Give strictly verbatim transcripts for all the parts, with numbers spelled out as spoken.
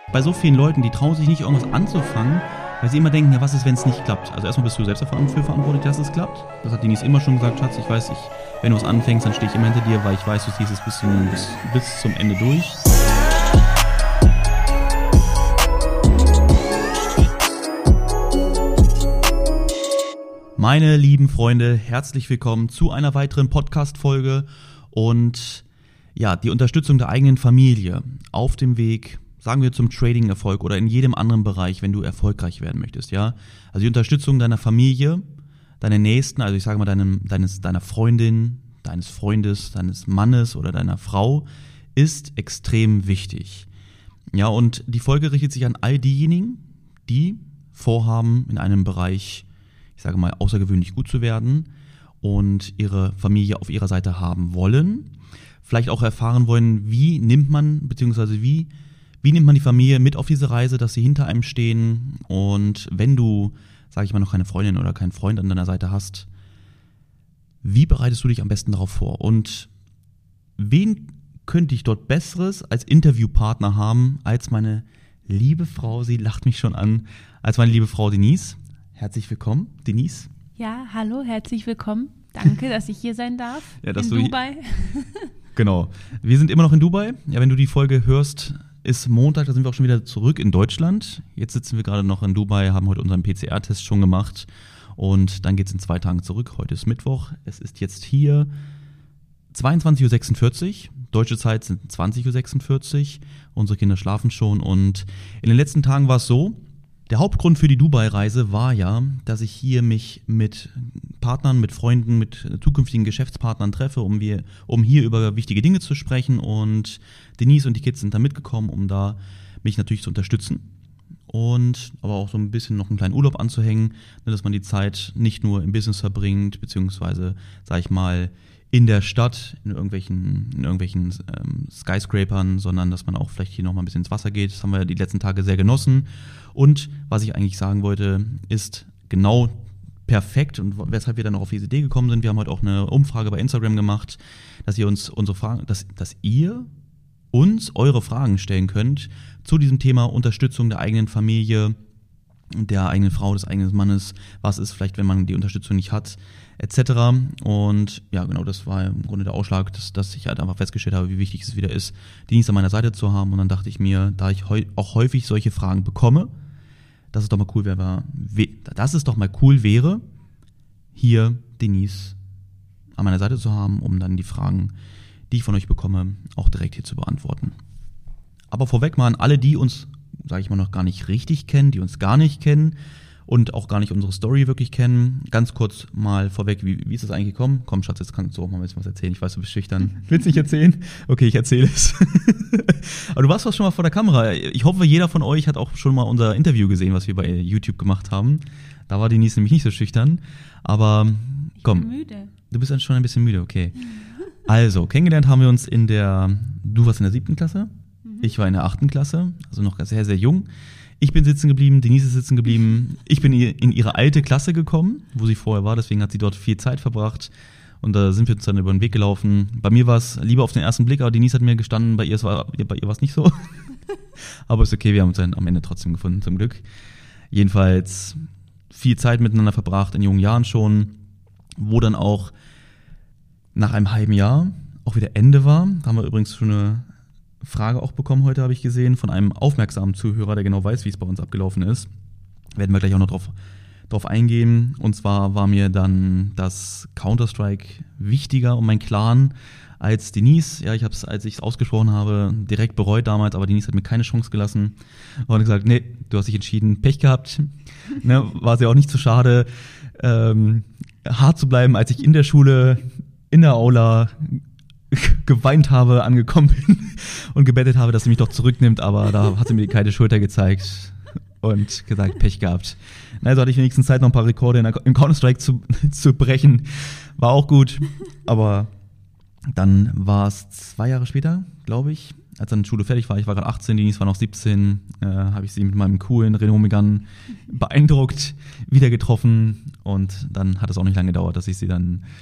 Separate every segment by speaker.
Speaker 1: bei so vielen Leuten, die trauen sich nicht, irgendwas anzufangen, weil sie immer denken, ja, was ist, wenn es nicht klappt? Also erstmal bist du selbst dafür verantwortlich, dass es klappt. Das hat Denise immer schon gesagt, Schatz, ich weiß, ich, wenn du was anfängst, dann stehe ich immer hinter dir, weil ich weiß, du ziehst es bis zum, bis, bis zum Ende durch. Meine lieben Freunde, herzlich willkommen zu einer weiteren Podcast-Folge und ja, die Unterstützung der eigenen Familie auf dem Weg, sagen wir, zum Trading-Erfolg oder in jedem anderen Bereich, wenn du erfolgreich werden möchtest, ja. Also die Unterstützung deiner Familie, deiner Nächsten, also ich sage mal deinem, deines, deiner Freundin, deines Freundes, deines Mannes oder deiner Frau ist extrem wichtig. Ja, und die Folge richtet sich an all diejenigen, die vorhaben, in einem Bereich, ich sage mal, außergewöhnlich gut zu werden und ihre Familie auf ihrer Seite haben wollen. Vielleicht auch erfahren wollen, wie nimmt man, beziehungsweise wie, wie nimmt man die Familie mit auf diese Reise, dass sie hinter einem stehen. Und wenn du, sage ich mal, noch keine Freundin oder keinen Freund an deiner Seite hast, wie bereitest du dich am besten darauf vor? Und wen könnte ich dort Besseres als Interviewpartner haben, als meine liebe Frau, sie lacht mich schon an, als meine liebe Frau Denise. Herzlich willkommen, Denise.
Speaker 2: Ja, hallo, herzlich willkommen. Danke, dass ich hier sein darf,
Speaker 1: ja, dass
Speaker 2: in
Speaker 1: du
Speaker 2: Dubai.
Speaker 1: Genau, wir sind immer noch in Dubai. Ja, wenn du die Folge hörst, ist Montag, da sind wir auch schon wieder zurück in Deutschland. Jetzt sitzen wir gerade noch in Dubai, haben heute unseren P C R-Test schon gemacht und dann geht es in zwei Tagen zurück. Heute ist Mittwoch, es ist jetzt hier zweiundzwanzig Uhr sechsundvierzig. Deutsche Zeit sind zwanzig Uhr sechsundvierzig. Unsere Kinder schlafen schon und in den letzten Tagen war es so, der Hauptgrund für die Dubai-Reise war ja, dass ich hier mich mit Partnern, mit Freunden, mit zukünftigen Geschäftspartnern treffe, um, wir, um hier über wichtige Dinge zu sprechen. Und Denise und die Kids sind da mitgekommen, um da mich natürlich zu unterstützen. Und aber auch so ein bisschen noch einen kleinen Urlaub anzuhängen, dass man die Zeit nicht nur im Business verbringt, beziehungsweise, sag ich mal, in der Stadt, in irgendwelchen, in irgendwelchen ähm, Skyscrapern, sondern dass man auch vielleicht hier nochmal ein bisschen ins Wasser geht. Das haben wir die letzten Tage sehr genossen. Und was ich eigentlich sagen wollte, ist genau perfekt und weshalb wir dann auch auf diese Idee gekommen sind. Wir haben heute auch eine Umfrage bei Instagram gemacht, dass ihr uns unsere Fragen, dass, dass ihr uns eure Fragen stellen könnt zu diesem Thema Unterstützung der eigenen Familie, der eigenen Frau, des eigenen Mannes. Was ist vielleicht, wenn man die Unterstützung nicht hat, et cetera. Und ja, genau, das war im Grunde der Ausschlag, dass, dass ich halt einfach festgestellt habe, wie wichtig es wieder ist, Denise an meiner Seite zu haben. Und dann dachte ich mir, da ich heu- auch häufig solche Fragen bekomme, dass es doch mal cool wäre, dass es doch mal cool wäre, hier Denise an meiner Seite zu haben, um dann die Fragen, die ich von euch bekomme, auch direkt hier zu beantworten. Aber vorweg mal an alle, die uns, sage ich mal, noch gar nicht richtig kennen, die uns gar nicht kennen und auch gar nicht unsere Story wirklich kennen. Ganz kurz mal vorweg, wie, wie ist das eigentlich gekommen? Komm, Schatz, jetzt kannst du auch mal ein bisschen was erzählen. Ich weiß, du bist schüchtern. Willst du nicht erzählen? Okay, ich erzähle es. Aber du warst doch schon mal vor der Kamera. Ich hoffe, jeder von euch hat auch schon mal unser Interview gesehen, was wir bei YouTube gemacht haben. Da war Denise nämlich nicht so schüchtern. Aber komm.
Speaker 2: Ich bin müde.
Speaker 1: Du bist dann schon ein bisschen müde, okay. Also, kennengelernt haben wir uns in der, du warst in der siebten Klasse, mhm. Ich war in der achten Klasse, also noch sehr, sehr jung. Ich bin sitzen geblieben, Denise ist sitzen geblieben. Ich bin in ihre alte Klasse gekommen, wo sie vorher war, deswegen hat sie dort viel Zeit verbracht. Und da sind wir uns dann über den Weg gelaufen. Bei mir war es lieber auf den ersten Blick, aber Denise hat mir gestanden, bei ihr war bei ihr war es nicht so. Aber ist okay, wir haben uns dann am Ende trotzdem gefunden, zum Glück. Jedenfalls viel Zeit miteinander verbracht, in jungen Jahren schon, wo dann auch nach einem halben Jahr auch wieder Ende war. Da haben wir übrigens schon eine Frage auch bekommen heute, habe ich gesehen, von einem aufmerksamen Zuhörer, der genau weiß, wie es bei uns abgelaufen ist. Werden wir gleich auch noch drauf, drauf eingehen. Und zwar war mir dann das Counter-Strike wichtiger und mein Clan als Denise. Ja, ich habe es, als ich es ausgesprochen habe, direkt bereut damals, aber Denise hat mir keine Chance gelassen. Und hat gesagt, nee, du hast dich entschieden, Pech gehabt. Ne, war es ja auch nicht so schade, ähm, hart zu bleiben, als ich in der Schule, in der Aula geweint habe, angekommen bin und gebettet habe, dass sie mich doch zurücknimmt, aber da hat sie mir die kalte Schulter gezeigt und gesagt, Pech gehabt. Also hatte ich wenigstens Zeit, noch ein paar Rekorde in der, im Counter-Strike zu, zu brechen. War auch gut, aber dann war es zwei Jahre später, glaube ich, als dann die Schule fertig war. Ich war gerade achtzehn, Denise war noch siebzehn, äh, habe ich sie mit meinem coolen Renault Megane beeindruckt, wieder getroffen und dann hat es auch nicht lange gedauert, dass ich sie dann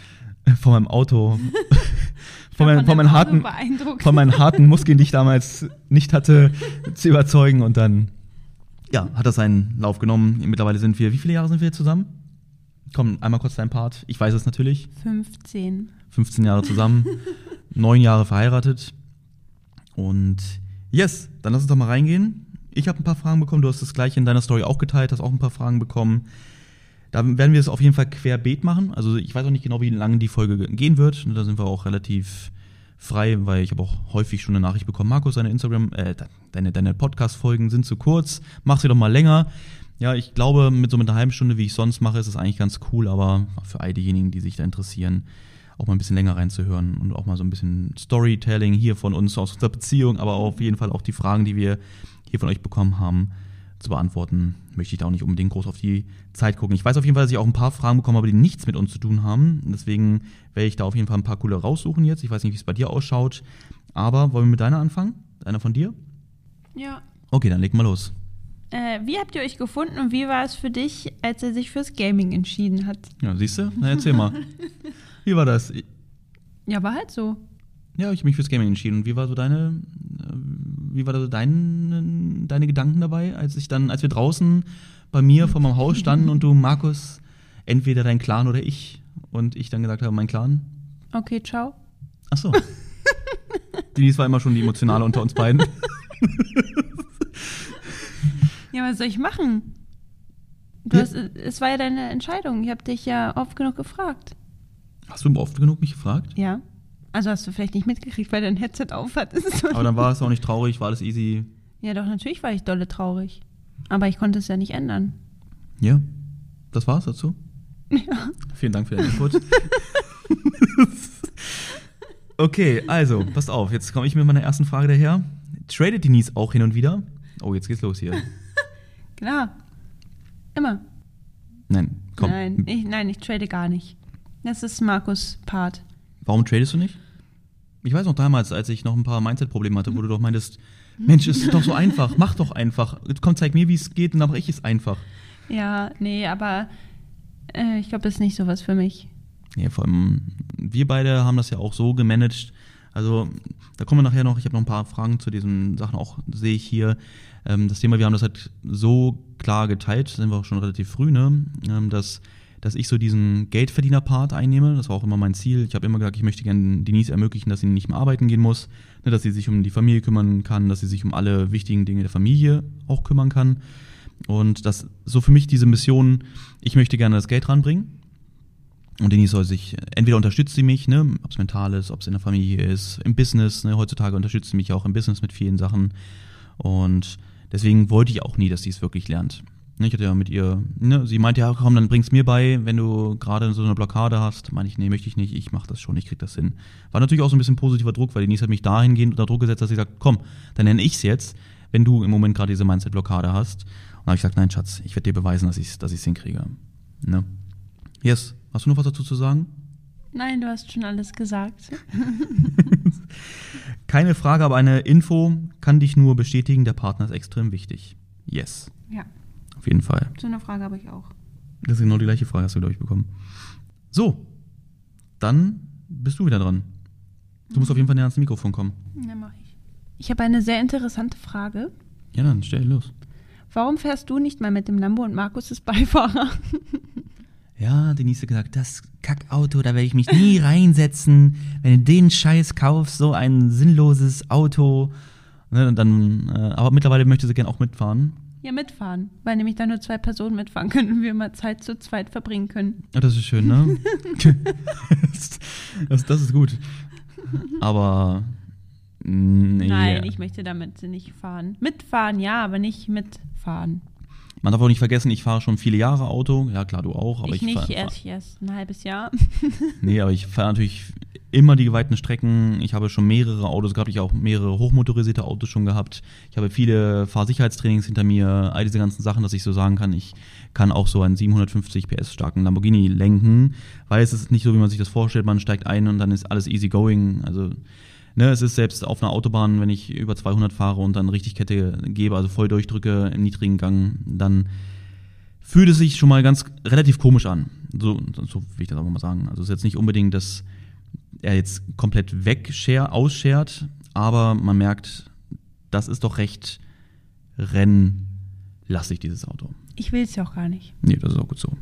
Speaker 1: von meinem Auto, von, mein,
Speaker 2: von,
Speaker 1: von, meinen
Speaker 2: Auto
Speaker 1: harten,
Speaker 2: beeindruckt.
Speaker 1: von meinen harten Muskeln, die ich damals nicht hatte, zu überzeugen. Und dann, ja, hat das seinen Lauf genommen. Mittlerweile sind wir, wie viele Jahre sind wir jetzt zusammen? Komm, einmal kurz dein Part. Ich weiß es natürlich.
Speaker 2: fünfzehn.
Speaker 1: fünfzehn Jahre zusammen, neun Jahre verheiratet. Und yes, dann lass uns doch mal reingehen. Ich habe ein paar Fragen bekommen, du hast das gleiche in deiner Story auch geteilt, hast auch ein paar Fragen bekommen. Da werden wir es auf jeden Fall querbeet machen. Also ich weiß auch nicht genau, wie lange die Folge gehen wird. Da sind wir auch relativ frei, weil ich habe auch häufig schon eine Nachricht bekommen, Markus, deine Instagram, äh, deine, deine Podcast-Folgen sind zu kurz, mach sie doch mal länger. Ja, ich glaube, mit so mit einer halben Stunde, wie ich sonst mache, ist es eigentlich ganz cool, aber für all diejenigen, die sich da interessieren, auch mal ein bisschen länger reinzuhören und auch mal so ein bisschen Storytelling hier von uns aus unserer Beziehung, aber auf jeden Fall auch die Fragen, die wir hier von euch bekommen haben, zu beantworten, möchte ich da auch nicht unbedingt groß auf die Zeit gucken. Ich weiß auf jeden Fall, dass ich auch ein paar Fragen bekommen habe, die nichts mit uns zu tun haben. Deswegen werde ich da auf jeden Fall ein paar coole raussuchen jetzt. Ich weiß nicht, wie es bei dir ausschaut. Aber wollen wir mit deiner anfangen? Einer von dir?
Speaker 2: Ja.
Speaker 1: Okay, dann leg mal los.
Speaker 2: Äh, wie habt ihr euch gefunden und wie war es für dich, als er sich fürs Gaming entschieden hat?
Speaker 1: Ja, siehst du? Na, erzähl mal. Wie war das?
Speaker 2: Ja, war halt so.
Speaker 1: Ja, ich habe mich fürs Gaming entschieden. Und wie war so deine, wie war so dein, deine Gedanken dabei, als ich dann, als wir draußen bei mir vor meinem Haus standen und du, Markus, entweder dein Clan oder ich, und ich dann gesagt habe, mein Clan?
Speaker 2: Okay, ciao.
Speaker 1: Ach so. Denise war immer schon die Emotionale unter uns beiden.
Speaker 2: Ja, was soll ich machen? Du
Speaker 1: Ja.
Speaker 2: hast, es war ja deine Entscheidung. Ich habe dich ja oft genug gefragt.
Speaker 1: Hast du oft genug mich gefragt?
Speaker 2: Ja. Also hast du vielleicht nicht mitgekriegt, weil dein Headset auf hat. So.
Speaker 1: Aber dann war es auch nicht traurig, war alles easy.
Speaker 2: Ja, doch, natürlich war ich dolle traurig. Aber ich konnte es ja nicht ändern.
Speaker 1: Ja, das war's dazu.
Speaker 2: Ja.
Speaker 1: Vielen Dank für den Input. Okay, also, passt auf, jetzt komme ich mit meiner ersten Frage daher. Tradet Denise auch hin und wieder? Oh, jetzt geht's los hier.
Speaker 2: Klar. Immer.
Speaker 1: Nein, komm.
Speaker 2: Nein, ich, nein, ich trade gar nicht. Das ist Markus' Part.
Speaker 1: Warum tradest du nicht? Ich weiß noch damals, als ich noch ein paar Mindset-Probleme hatte, wo du doch meintest, Mensch, es ist doch so einfach, mach doch einfach. Komm, zeig mir, wie es geht, und dann mache ich es einfach.
Speaker 2: Ja, nee, aber äh, ich glaube, das ist nicht sowas für mich.
Speaker 1: Ja, vor allem, wir beide haben das ja auch so gemanagt. Also, da kommen wir nachher noch, ich habe noch ein paar Fragen zu diesen Sachen auch, sehe ich hier. Ähm, das Thema, wir haben das halt so klar geteilt, sind wir auch schon relativ früh, ne, ähm, dass, dass ich so diesen Geldverdiener-Part einnehme. Das war auch immer mein Ziel. Ich habe immer gesagt, ich möchte gerne Denise ermöglichen, dass sie nicht mehr arbeiten gehen muss, ne, dass sie sich um die Familie kümmern kann, dass sie sich um alle wichtigen Dinge der Familie auch kümmern kann. Und das so für mich diese Mission, ich möchte gerne das Geld ranbringen. Und Denise soll sich, entweder unterstützt sie mich, ne, ob es mental ist, ob es in der Familie ist, im Business, ne, heutzutage unterstützt sie mich auch im Business mit vielen Sachen. Und deswegen wollte ich auch nie, dass sie es wirklich lernt. Ich hatte ja mit ihr, ne, sie meinte, ja komm, dann bring's mir bei, wenn du gerade so eine Blockade hast. Meine ich, nee, möchte ich nicht, ich mach das schon, ich krieg das hin. War natürlich auch so ein bisschen positiver Druck, weil Denise hat mich dahingehend unter Druck gesetzt, dass sie sagt, komm, dann nenne ich's jetzt, wenn du im Moment gerade diese Mindset-Blockade hast. Und dann habe ich gesagt, nein, Schatz, ich werde dir beweisen, dass ich es dass ich's hinkriege. Ne? Yes. Hast du noch was dazu zu sagen?
Speaker 2: Nein, du hast schon alles gesagt.
Speaker 1: Keine Frage, aber eine Info kann dich nur bestätigen, der Partner ist extrem wichtig. Yes.
Speaker 2: Ja.
Speaker 1: Auf jeden Fall.
Speaker 2: So eine Frage habe ich auch.
Speaker 1: Das ist genau die gleiche Frage, hast du, glaube ich, bekommen. So, dann bist du wieder dran. Du musst auf jeden Fall näher ans Mikrofon kommen.
Speaker 2: Ja, mach ich. Ich habe eine sehr interessante Frage.
Speaker 1: Ja, dann stell los.
Speaker 2: Warum fährst du nicht mal mit dem Lambo und Markus ist Beifahrer?
Speaker 1: Ja, Denise hat gesagt, das Kackauto, da werde ich mich nie reinsetzen. Wenn du den Scheiß kaufst, so ein sinnloses Auto. Ne, dann, äh, aber mittlerweile möchte sie gerne auch mitfahren.
Speaker 2: Ja, mitfahren. Weil nämlich da nur zwei Personen mitfahren können und wir mal Zeit zu zweit verbringen können.
Speaker 1: Ja, das ist schön, ne? das, das ist gut. Aber nee.
Speaker 2: Nein, ich möchte damit nicht fahren. Mitfahren, ja, aber nicht mitfahren.
Speaker 1: Man darf auch nicht vergessen, ich fahre schon viele Jahre Auto. Ja, klar, du auch. Aber
Speaker 2: ich,
Speaker 1: ich
Speaker 2: nicht,
Speaker 1: fahr,
Speaker 2: erst, erst ein halbes Jahr.
Speaker 1: Nee, aber ich fahre natürlich immer die geweihten Strecken. Ich habe schon mehrere Autos gehabt. Ich habe auch mehrere hochmotorisierte Autos schon gehabt. Ich habe viele Fahrsicherheitstrainings hinter mir. All diese ganzen Sachen, dass ich so sagen kann, ich kann auch so einen siebenhundertfünfzig P S starken Lamborghini lenken. Weil es ist nicht so, wie man sich das vorstellt. Man steigt ein und dann ist alles easy going. Also ne, es ist selbst auf einer Autobahn, wenn ich über zweihundert fahre und dann richtig Kette gebe, also voll durchdrücke im niedrigen Gang, dann fühlt es sich schon mal ganz relativ komisch an. So, so will ich das auch mal sagen. Also es ist jetzt nicht unbedingt, dass er jetzt komplett wegschert, ausschert, aber man merkt, das ist doch recht rennlastig, dieses Auto.
Speaker 2: Ich will es ja auch gar nicht.
Speaker 1: Nee, das ist auch gut so.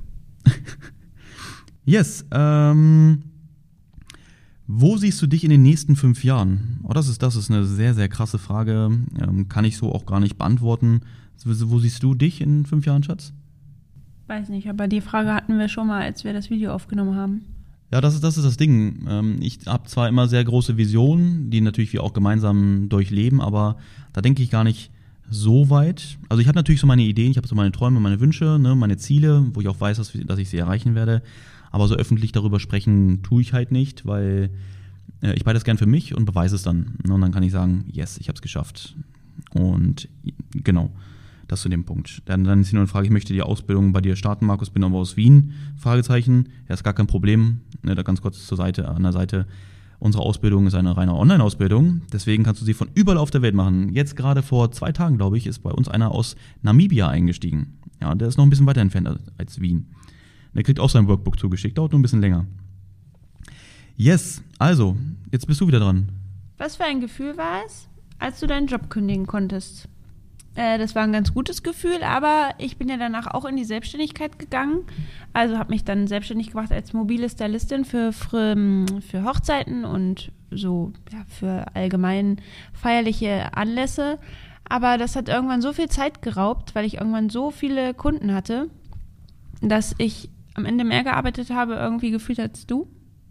Speaker 1: Yes, ähm, wo siehst du dich in den nächsten fünf Jahren? Oh, das ist, das ist eine sehr, sehr krasse Frage. Ähm, kann ich so auch gar nicht beantworten. Wo siehst du dich in fünf Jahren, Schatz?
Speaker 2: Weiß nicht, aber die Frage hatten wir schon mal, als wir das Video aufgenommen haben.
Speaker 1: Ja, das ist das, ist das Ding. Ähm, ich habe zwar immer sehr große Visionen, die natürlich wir auch gemeinsam durchleben, aber da denke ich gar nicht so weit. Also ich habe natürlich so meine Ideen, ich habe so meine Träume, meine Wünsche, ne, meine Ziele, wo ich auch weiß, dass, dass ich sie erreichen werde. Aber so öffentlich darüber sprechen tue ich halt nicht, weil äh, ich behalte das gern für mich und beweise es dann. Ne? Und dann kann ich sagen, yes, ich habe es geschafft. Und genau, das zu dem Punkt. Dann, dann ist hier nur eine Frage, ich möchte die Ausbildung bei dir starten, Markus, bin aber aus Wien, Fragezeichen. Ja, ist gar kein Problem. Ne, da ganz kurz zur Seite, an der Seite. Unsere Ausbildung ist eine reine Online-Ausbildung, deswegen kannst du sie von überall auf der Welt machen. Jetzt gerade vor zwei Tagen, glaube ich, ist bei uns einer aus Namibia eingestiegen. Ja, der ist noch ein bisschen weiter entfernt als Wien. Der kriegt auch sein Workbook zugeschickt, dauert nur ein bisschen länger. Yes, also, jetzt bist du wieder dran.
Speaker 2: Was für ein Gefühl war es, als du deinen Job kündigen konntest? Äh, das war ein ganz gutes Gefühl, aber ich bin ja danach auch in die Selbstständigkeit gegangen. Also habe mich dann selbstständig gemacht als mobile Stylistin für, für, für Hochzeiten und so ja, für allgemein feierliche Anlässe. Aber das hat irgendwann so viel Zeit geraubt, weil ich irgendwann so viele Kunden hatte, dass ich am Ende mehr gearbeitet habe, irgendwie gefühlt als du.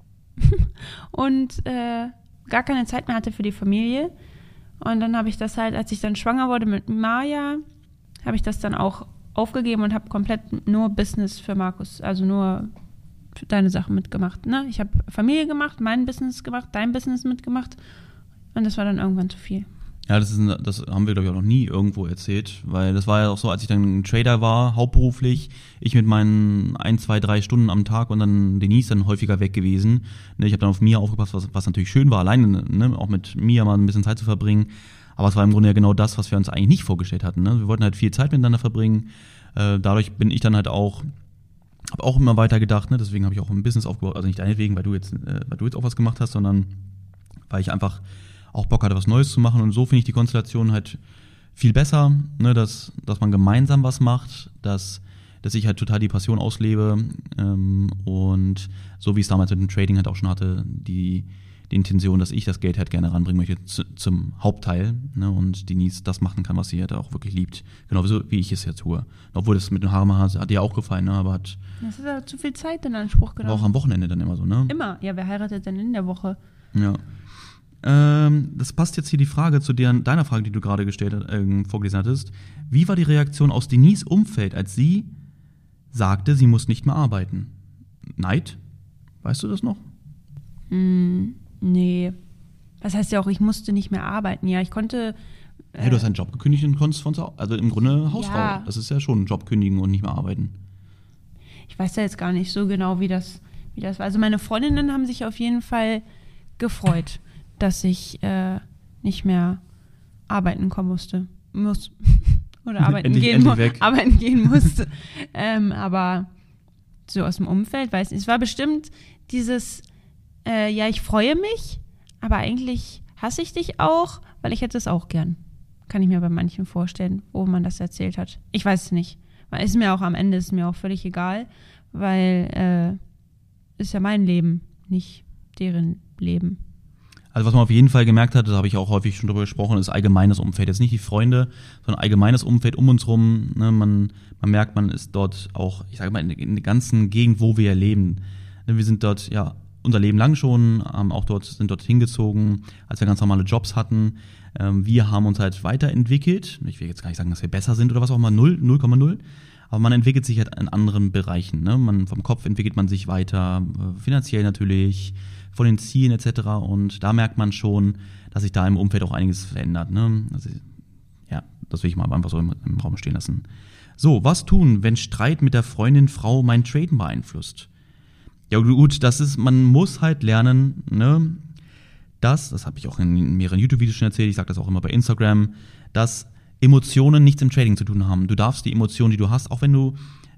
Speaker 2: und äh, gar keine Zeit mehr hatte für die Familie. Und dann habe ich das halt, als ich dann schwanger wurde mit Maya, habe ich das dann auch aufgegeben und habe komplett nur Business für Markus, also nur für deine Sachen mitgemacht. Ne? Ich habe Familie gemacht, mein Business gemacht, dein Business mitgemacht und das war dann irgendwann zu viel.
Speaker 1: Ja, das, ist ein, das haben wir, glaube ich, auch noch nie irgendwo erzählt, weil das war ja auch so, als ich dann ein Trader war, hauptberuflich, ich mit meinen ein, zwei, drei Stunden am Tag und dann Denise dann häufiger weg gewesen. Ich habe dann auf Mia aufgepasst, was, was natürlich schön war, alleine ne, auch mit Mia mal ein bisschen Zeit zu verbringen. Aber es war im Grunde ja genau das, was wir uns eigentlich nicht vorgestellt hatten. Ne? Wir wollten halt viel Zeit miteinander verbringen. Äh, dadurch bin ich dann halt auch, habe auch immer weiter gedacht, ne? Deswegen habe ich auch ein Business aufgebaut, also nicht deinetwegen, weil du jetzt, äh, weil du jetzt auch was gemacht hast, sondern weil ich einfach auch Bock hatte, was Neues zu machen. Und so finde ich die Konstellation halt viel besser, ne, dass, dass man gemeinsam was macht, dass, dass ich halt total die Passion auslebe ähm, und so wie es damals mit dem Trading halt auch schon hatte, die, die Intention, dass ich das Geld halt gerne ranbringen möchte zu, zum Hauptteil, ne, und Denise das machen kann, was sie halt auch wirklich liebt. Genau so, wie ich es jetzt tue. Obwohl das mit dem Haarmachen hat, hat ihr auch gefallen, ne, aber hat...
Speaker 2: Das ist aber zu viel Zeit in Anspruch genommen.
Speaker 1: Aber auch am Wochenende dann immer so, ne?
Speaker 2: Immer, ja, wer heiratet denn in der Woche?
Speaker 1: Ja. Das passt jetzt hier die Frage zu der, deiner Frage, die du gerade gestellt, äh, vorgelesen hattest. Wie war die Reaktion aus Denise' Umfeld, als sie sagte, sie muss nicht mehr arbeiten? Neid? Weißt du das noch?
Speaker 2: Mm, nee. Was heißt ja auch, ich musste nicht mehr arbeiten? Ja, ich konnte... Äh,
Speaker 1: hey, du hast einen Job gekündigt und konntest von zu Hause, also im Grunde Hausfrau.
Speaker 2: Ja.
Speaker 1: Das ist ja schon ein Job kündigen und nicht mehr arbeiten.
Speaker 2: Ich weiß ja jetzt gar nicht so genau, wie das, wie das war. Also meine Freundinnen haben sich auf jeden Fall gefreut, dass ich äh, nicht mehr arbeiten kommen musste. Muss. Oder arbeiten,
Speaker 1: endlich,
Speaker 2: gehen,
Speaker 1: endlich
Speaker 2: mu-
Speaker 1: weg.
Speaker 2: arbeiten gehen musste. ähm, aber so aus dem Umfeld, weiß nicht. Es war bestimmt dieses, äh, ja, ich freue mich, aber eigentlich hasse ich dich auch, weil ich hätte es auch gern. Kann ich mir bei manchen vorstellen, wo man das erzählt hat. Ich weiß es nicht. Weil ist mir auch am Ende ist mir auch völlig egal, weil äh, ist ja mein Leben, nicht deren Leben.
Speaker 1: Also was man auf jeden Fall gemerkt hat, da habe ich auch häufig schon drüber gesprochen, ist allgemeines Umfeld. Jetzt nicht die Freunde, sondern allgemeines Umfeld um uns rum. Ne, man, man merkt, man ist dort auch, ich sage mal, in, in der ganzen Gegend, wo wir leben. Ne, wir sind dort, ja, unser Leben lang schon, haben auch dort, sind dort hingezogen, als wir ganz normale Jobs hatten. Ähm, wir haben uns halt weiterentwickelt. Ich will jetzt gar nicht sagen, dass wir besser sind oder was auch immer, null, null Komma null. Aber man entwickelt sich halt in anderen Bereichen. Ne? Man, vom Kopf entwickelt man sich weiter, äh, finanziell natürlich, von den Zielen et cetera. Und da merkt man schon, dass sich da im Umfeld auch einiges verändert. Ne? Also, ja, das will ich mal einfach so im, im Raum stehen lassen. So, was tun, wenn Streit mit der Freundin, Frau mein Traden beeinflusst? Ja gut, das ist, man muss halt lernen, ne, dass, das habe ich auch in mehreren YouTube-Videos schon erzählt, ich sage das auch immer bei Instagram, dass Emotionen nichts im Trading zu tun haben. Du darfst die Emotionen, die du hast, auch wenn du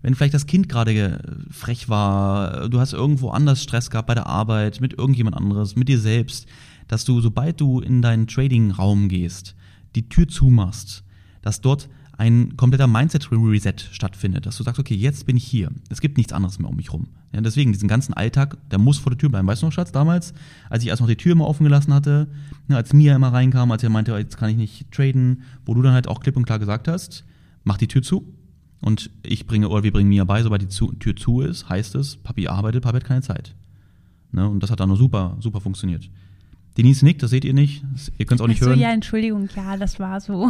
Speaker 1: wenn vielleicht das Kind gerade frech war, du hast irgendwo anders Stress gehabt bei der Arbeit, mit irgendjemand anderes, mit dir selbst, dass du, sobald du in deinen Trading-Raum gehst, die Tür zumachst, dass dort ein kompletter Mindset-Reset stattfindet, dass du sagst, okay, jetzt bin ich hier. Es gibt nichts anderes mehr um mich rum. Ja, deswegen, diesen ganzen Alltag, der muss vor der Tür bleiben. Weißt du noch, Schatz, damals, als ich erst noch die Tür immer offen gelassen hatte, ne, als Mia immer reinkam, als er meinte, jetzt kann ich nicht traden, wo du dann halt auch klipp und klar gesagt hast, mach die Tür zu und ich bringe, oder wir bringen Mia bei, sobald die zu, Tür zu ist, heißt es, Papi arbeitet, Papi hat keine Zeit. Ne, und das hat dann noch super, super funktioniert. Denise nickt, das seht ihr nicht, das, ihr könnt es auch nicht
Speaker 2: Ach so,
Speaker 1: hören.
Speaker 2: Ja, Entschuldigung, ja, das war so.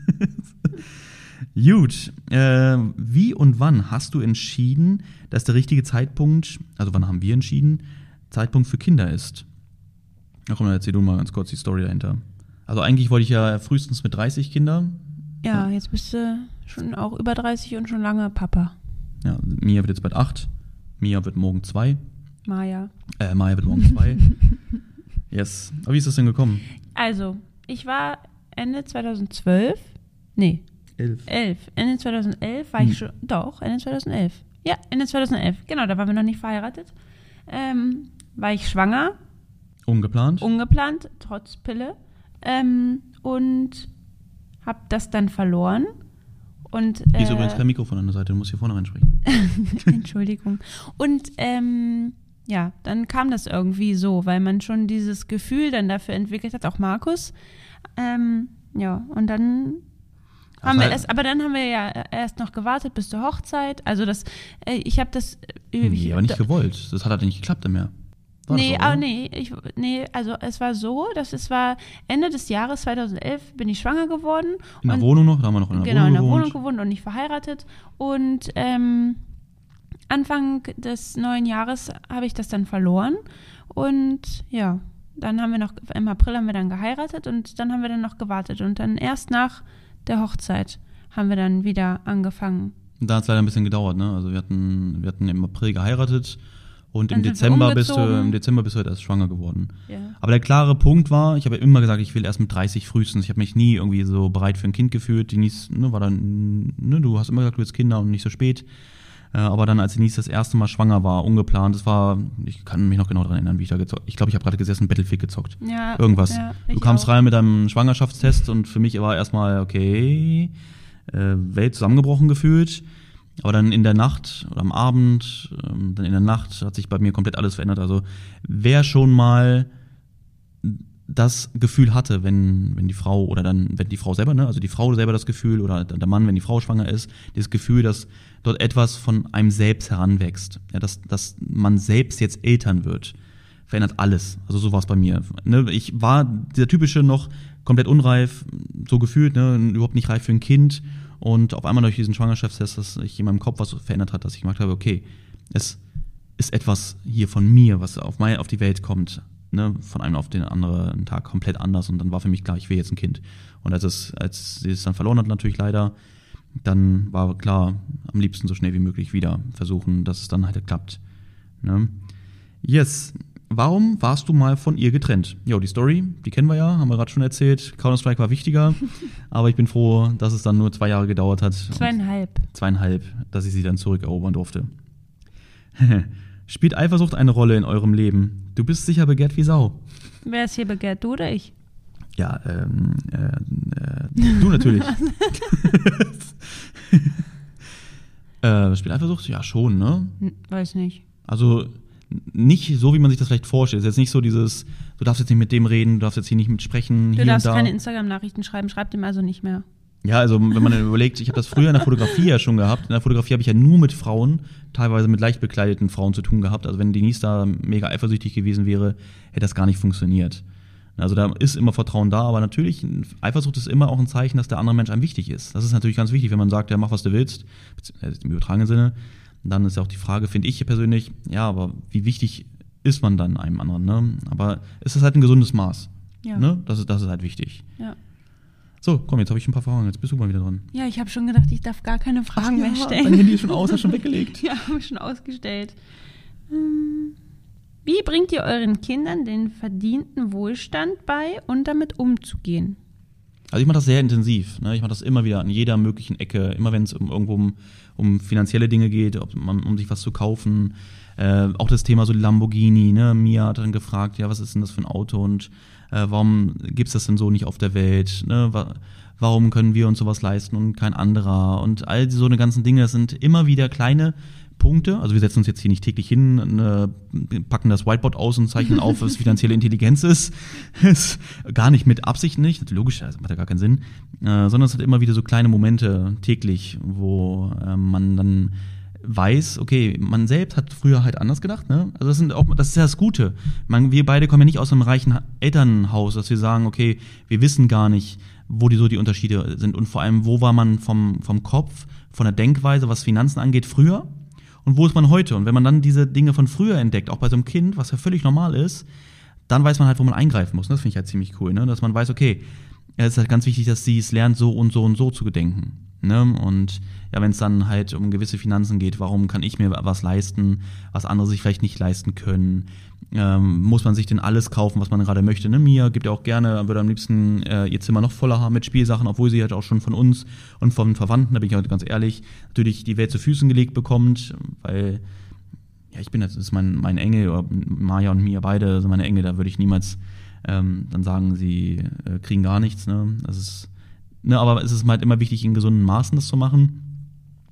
Speaker 1: Gut, äh, wie und wann hast du entschieden, dass der richtige Zeitpunkt, also wann haben wir entschieden, Zeitpunkt für Kinder ist? Ach komm, dann erzähl du mal ganz kurz die Story dahinter. Also eigentlich wollte ich ja frühestens mit dreißig Kinder.
Speaker 2: Ja, jetzt bist du schon auch über dreißig und schon lange Papa.
Speaker 1: Ja, Mia wird jetzt bald acht, Mia wird morgen zwei.
Speaker 2: Maja.
Speaker 1: Äh, Maya wird morgen zwei. Yes. Aber wie ist das denn gekommen?
Speaker 2: Also, ich war Ende zweitausendzwölf, nee,
Speaker 1: Elf.
Speaker 2: elf. Ende zweitausendelf war
Speaker 1: Hm.
Speaker 2: ich schon, doch, Ende zweitausendelf. Ja, Ende zweitausendelf, genau, da waren wir noch nicht verheiratet. Ähm, war ich schwanger,
Speaker 1: Ungeplant?
Speaker 2: ungeplant, trotz Pille. Ähm, und hab das dann verloren. Und,
Speaker 1: Hier ist
Speaker 2: äh,
Speaker 1: übrigens kein Mikrofon an der Seite, du musst hier vorne reinsprechen.
Speaker 2: Entschuldigung. Und ähm, ja, dann kam das irgendwie so, weil man schon dieses Gefühl dann dafür entwickelt hat, auch Markus. Ähm, ja, und dann
Speaker 1: Ach,
Speaker 2: haben wir
Speaker 1: halt-
Speaker 2: erst, aber dann haben wir ja erst noch gewartet bis zur Hochzeit. Also das, äh, ich habe das. Äh,
Speaker 1: Nee,
Speaker 2: ich,
Speaker 1: aber nicht
Speaker 2: da,
Speaker 1: gewollt. Das hat halt nicht geklappt mehr. War
Speaker 2: nee,
Speaker 1: das so,
Speaker 2: ah,
Speaker 1: oder?
Speaker 2: nee, ich, nee, also es war so, dass es war Ende des Jahres zweitausendelf bin ich schwanger geworden.
Speaker 1: In der
Speaker 2: und
Speaker 1: Wohnung noch, da haben wir noch in der
Speaker 2: genau,
Speaker 1: Wohnung
Speaker 2: in der
Speaker 1: gewohnt.
Speaker 2: Wohnung gewohnt und nicht verheiratet. Und ähm, Anfang des neuen Jahres habe ich das dann verloren. Und ja, dann haben wir noch, im April haben wir dann geheiratet und dann haben wir dann noch gewartet. Und dann erst nach der Hochzeit haben wir dann wieder angefangen.
Speaker 1: Da hat es leider ein bisschen gedauert, ne? Also wir hatten, wir hatten im April geheiratet und im
Speaker 2: Dann sind wir
Speaker 1: Dezember bist du,
Speaker 2: umgezogen.
Speaker 1: im Dezember bist du halt erst schwanger geworden.
Speaker 2: Ja.
Speaker 1: Aber der klare Punkt war, ich habe ja immer gesagt, ich will erst mit dreißig frühestens. Ich habe mich nie irgendwie so bereit für ein Kind gefühlt. Denise, ne, war dann, ne, du hast immer gesagt, du willst Kinder und nicht so spät. Äh, aber dann, als Denise das erste Mal schwanger war, ungeplant, das war, ich kann mich noch genau daran erinnern, wie ich da gezockt. Ich glaube, ich habe gerade gesessen, Battlefield gezockt.
Speaker 2: Ja,
Speaker 1: Irgendwas.
Speaker 2: ja,
Speaker 1: du
Speaker 2: ich
Speaker 1: kamst
Speaker 2: auch.
Speaker 1: rein mit deinem Schwangerschaftstest und für mich war erstmal, okay, äh, Welt zusammengebrochen gefühlt. Aber dann in der Nacht oder am Abend, ähm, dann in der Nacht hat sich bei mir komplett alles verändert. Also wer schon mal das Gefühl hatte, wenn, wenn die Frau oder dann, wenn die Frau selber, ne, also die Frau selber das Gefühl oder der Mann, wenn die Frau schwanger ist, dieses Gefühl, dass dort etwas von einem selbst heranwächst, ja, dass, dass man selbst jetzt Eltern wird, verändert alles. Also so war es bei mir. Ne, ich war dieser typische noch komplett unreif, so gefühlt, ne, überhaupt nicht reif für ein Kind. Und auf einmal durch diesen Schwangerschaftstest, dass sich in meinem Kopf was verändert hat, dass ich gemerkt habe, okay, es ist etwas hier von mir, was auf, mein, auf die Welt kommt, ne, von einem auf den anderen Tag komplett anders. Und dann war für mich klar, ich will jetzt ein Kind. Und als es, als sie es dann verloren hat, natürlich leider, dann war klar, am liebsten so schnell wie möglich wieder versuchen, dass es dann halt klappt. Ne? Yes. Warum warst du mal von ihr getrennt? Jo, die Story, die kennen wir ja, haben wir gerade schon erzählt. Counter-Strike war wichtiger, aber ich bin froh, dass es dann nur zwei Jahre gedauert hat.
Speaker 2: Zweieinhalb.
Speaker 1: Zweieinhalb, dass ich sie dann zurückerobern durfte. Spielt Eifersucht eine Rolle in eurem Leben? Du bist sicher begehrt wie Sau.
Speaker 2: Wer ist hier begehrt, du oder ich?
Speaker 1: Ja, ähm, äh, äh, du natürlich. äh, spielt Eifersucht? Ja, schon, ne?
Speaker 2: Hm, weiß nicht.
Speaker 1: Also nicht so, wie man sich das vielleicht vorstellt. Es ist jetzt nicht so dieses, du darfst jetzt nicht mit dem reden, du darfst jetzt hier nicht mit sprechen,
Speaker 2: Du
Speaker 1: hier
Speaker 2: darfst
Speaker 1: und da.
Speaker 2: keine Instagram-Nachrichten schreiben, schreib dem also nicht mehr.
Speaker 1: Ja, also wenn man dann überlegt, ich habe das früher in der Fotografie ja schon gehabt. In der Fotografie habe ich ja nur mit Frauen, teilweise mit leicht bekleideten Frauen zu tun gehabt. Also wenn Denise da mega eifersüchtig gewesen wäre, hätte das gar nicht funktioniert. Also da ist immer Vertrauen da, aber natürlich, Eifersucht ist immer auch ein Zeichen, dass der andere Mensch einem wichtig ist. Das ist natürlich ganz wichtig, wenn man sagt, ja, mach, was du willst, im übertragenen Sinne. Dann ist ja auch die Frage, finde ich persönlich, ja, aber wie wichtig ist man dann einem anderen, ne? Aber es ist halt ein gesundes Maß,
Speaker 2: Ja.
Speaker 1: ne? Das ist, das ist halt wichtig.
Speaker 2: Ja.
Speaker 1: So, komm, jetzt habe ich ein paar Fragen, jetzt bist du mal wieder dran.
Speaker 2: Ja, ich habe schon gedacht, ich darf gar keine Fragen
Speaker 1: Ach ja,
Speaker 2: mehr stellen.
Speaker 1: dein Handy ist schon aus, hast schon weggelegt.
Speaker 2: Ja, habe ich schon ausgestellt. Hm. Wie bringt ihr euren Kindern den verdienten Wohlstand bei und damit umzugehen?
Speaker 1: Also ich mache das sehr intensiv. Ne? Ich mache das immer wieder an jeder möglichen Ecke. Immer wenn es um, irgendwo um, um finanzielle Dinge geht, ob man, um sich was zu kaufen. Äh, auch das Thema so Lamborghini. Ne? Mia hat dann gefragt, ja, was ist denn das für ein Auto und äh, warum gibt's das denn so nicht auf der Welt? Ne? Wa- warum können wir uns sowas leisten und kein anderer? Und all so eine ganzen Dinge, das sind immer wieder kleine Punkte. Also wir setzen uns jetzt hier nicht täglich hin, ne, packen das Whiteboard aus und zeichnen auf, was finanzielle Intelligenz ist. ist gar nicht mit Absicht nicht, logisch, das macht ja gar keinen Sinn, äh, sondern es hat immer wieder so kleine Momente täglich, wo äh, man dann weiß, okay, man selbst hat früher halt anders gedacht, ne? Also das sind auch, das ist ja das Gute. Man, wir beide kommen ja nicht aus einem reichen Elternhaus, dass wir sagen, okay, wir wissen gar nicht, wo die so die Unterschiede sind und vor allem, wo war man vom, vom Kopf, von der Denkweise, was Finanzen angeht, früher und wo ist man heute? Und wenn man dann diese Dinge von früher entdeckt, auch bei so einem Kind, was ja völlig normal ist, dann weiß man halt, wo man eingreifen muss. Und das finde ich halt ziemlich cool, ne? Dass man weiß, okay, es ist halt ganz wichtig, dass sie es lernt, so und so und so zu gedenken. Ne? Und ja, wenn es dann halt um gewisse Finanzen geht, warum kann ich mir was leisten, was andere sich vielleicht nicht leisten können? Ähm, muss man sich denn alles kaufen, was man gerade möchte? Ne? Mia gibt ja auch gerne, würde am liebsten äh, ihr Zimmer noch voller haben mit Spielsachen, obwohl sie halt auch schon von uns und von Verwandten, da bin ich heute ganz ehrlich, natürlich die Welt zu Füßen gelegt bekommt, weil ja, ich bin, das ist mein, mein Engel, oder Maja und Mia beide sind meine Engel, da würde ich niemals ähm, dann sagen, sie äh, kriegen gar nichts. Ne? Das ist, ne, aber es ist halt immer wichtig, in gesunden Maßen das zu machen.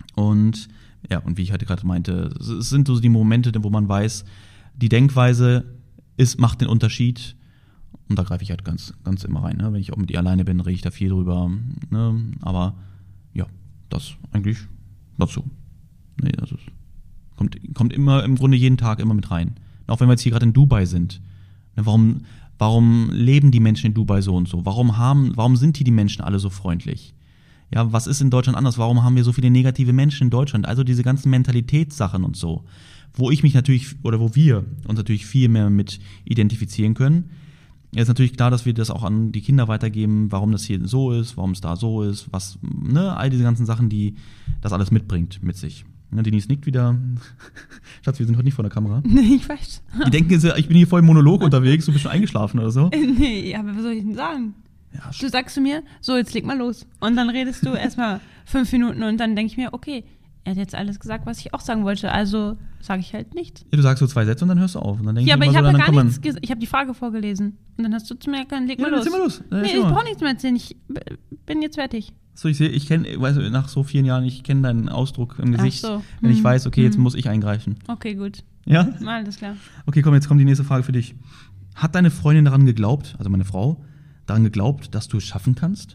Speaker 1: Und ja, und wie ich halt gerade meinte, es sind so die Momente, wo man weiß, die Denkweise ist, macht den Unterschied. Und da greife ich halt ganz, ganz immer rein. Ne? Wenn ich auch mit ihr alleine bin, rede ich da viel drüber. Ne? Aber ja, das eigentlich dazu. Nee, das ist, kommt, kommt immer im Grunde jeden Tag immer mit rein. Und auch wenn wir jetzt hier gerade in Dubai sind. Ne? Warum, warum leben die Menschen in Dubai so und so? Warum haben, warum sind hier die Menschen alle so freundlich? Ja, was ist in Deutschland anders? Warum haben wir so viele negative Menschen in Deutschland? Also diese ganzen Mentalitätssachen und so. Wo ich mich natürlich, oder wo wir uns natürlich viel mehr mit identifizieren können. Ja, ist natürlich klar, dass wir das auch an die Kinder weitergeben, warum das hier so ist, warum es da so ist, was, ne, all diese ganzen Sachen, die das alles mitbringt mit sich. Ne, Denise nickt wieder. Schatz, wir sind heute nicht vor der Kamera.
Speaker 2: Nee, ich weiß.
Speaker 1: Die denken, ich bin hier voll im Monolog unterwegs, du bist schon eingeschlafen oder so.
Speaker 2: Nee, aber was soll ich denn sagen?
Speaker 1: Ja,
Speaker 2: du sagst zu mir, so, jetzt leg mal los. Und dann redest du erstmal fünf Minuten und dann denke ich mir, okay, er hat jetzt alles gesagt, was ich auch sagen wollte, also sage ich halt nichts.
Speaker 1: Ja, du sagst so zwei Sätze und dann hörst du auf. Und dann denk
Speaker 2: ja,
Speaker 1: ich
Speaker 2: aber ich
Speaker 1: so,
Speaker 2: habe ja
Speaker 1: dann
Speaker 2: gar
Speaker 1: kann
Speaker 2: nichts gesagt. Ich habe die Frage vorgelesen. Und dann hast du zu mir gesagt, leg
Speaker 1: ja,
Speaker 2: mal los.
Speaker 1: Mal los. Ja,
Speaker 2: nee, ich brauche nichts mehr erzählen. Ich bin jetzt fertig.
Speaker 1: So, ich sehe, ich kenne, weißt du, nach so vielen Jahren, ich kenne deinen Ausdruck im Gesicht,
Speaker 2: so.
Speaker 1: wenn
Speaker 2: hm.
Speaker 1: ich weiß, okay, jetzt
Speaker 2: hm.
Speaker 1: muss ich eingreifen.
Speaker 2: Okay, gut.
Speaker 1: Ja?
Speaker 2: Alles klar.
Speaker 1: Okay, komm, jetzt kommt die nächste Frage für dich. Hat deine Freundin daran geglaubt, also meine Frau, daran geglaubt, dass du es schaffen kannst?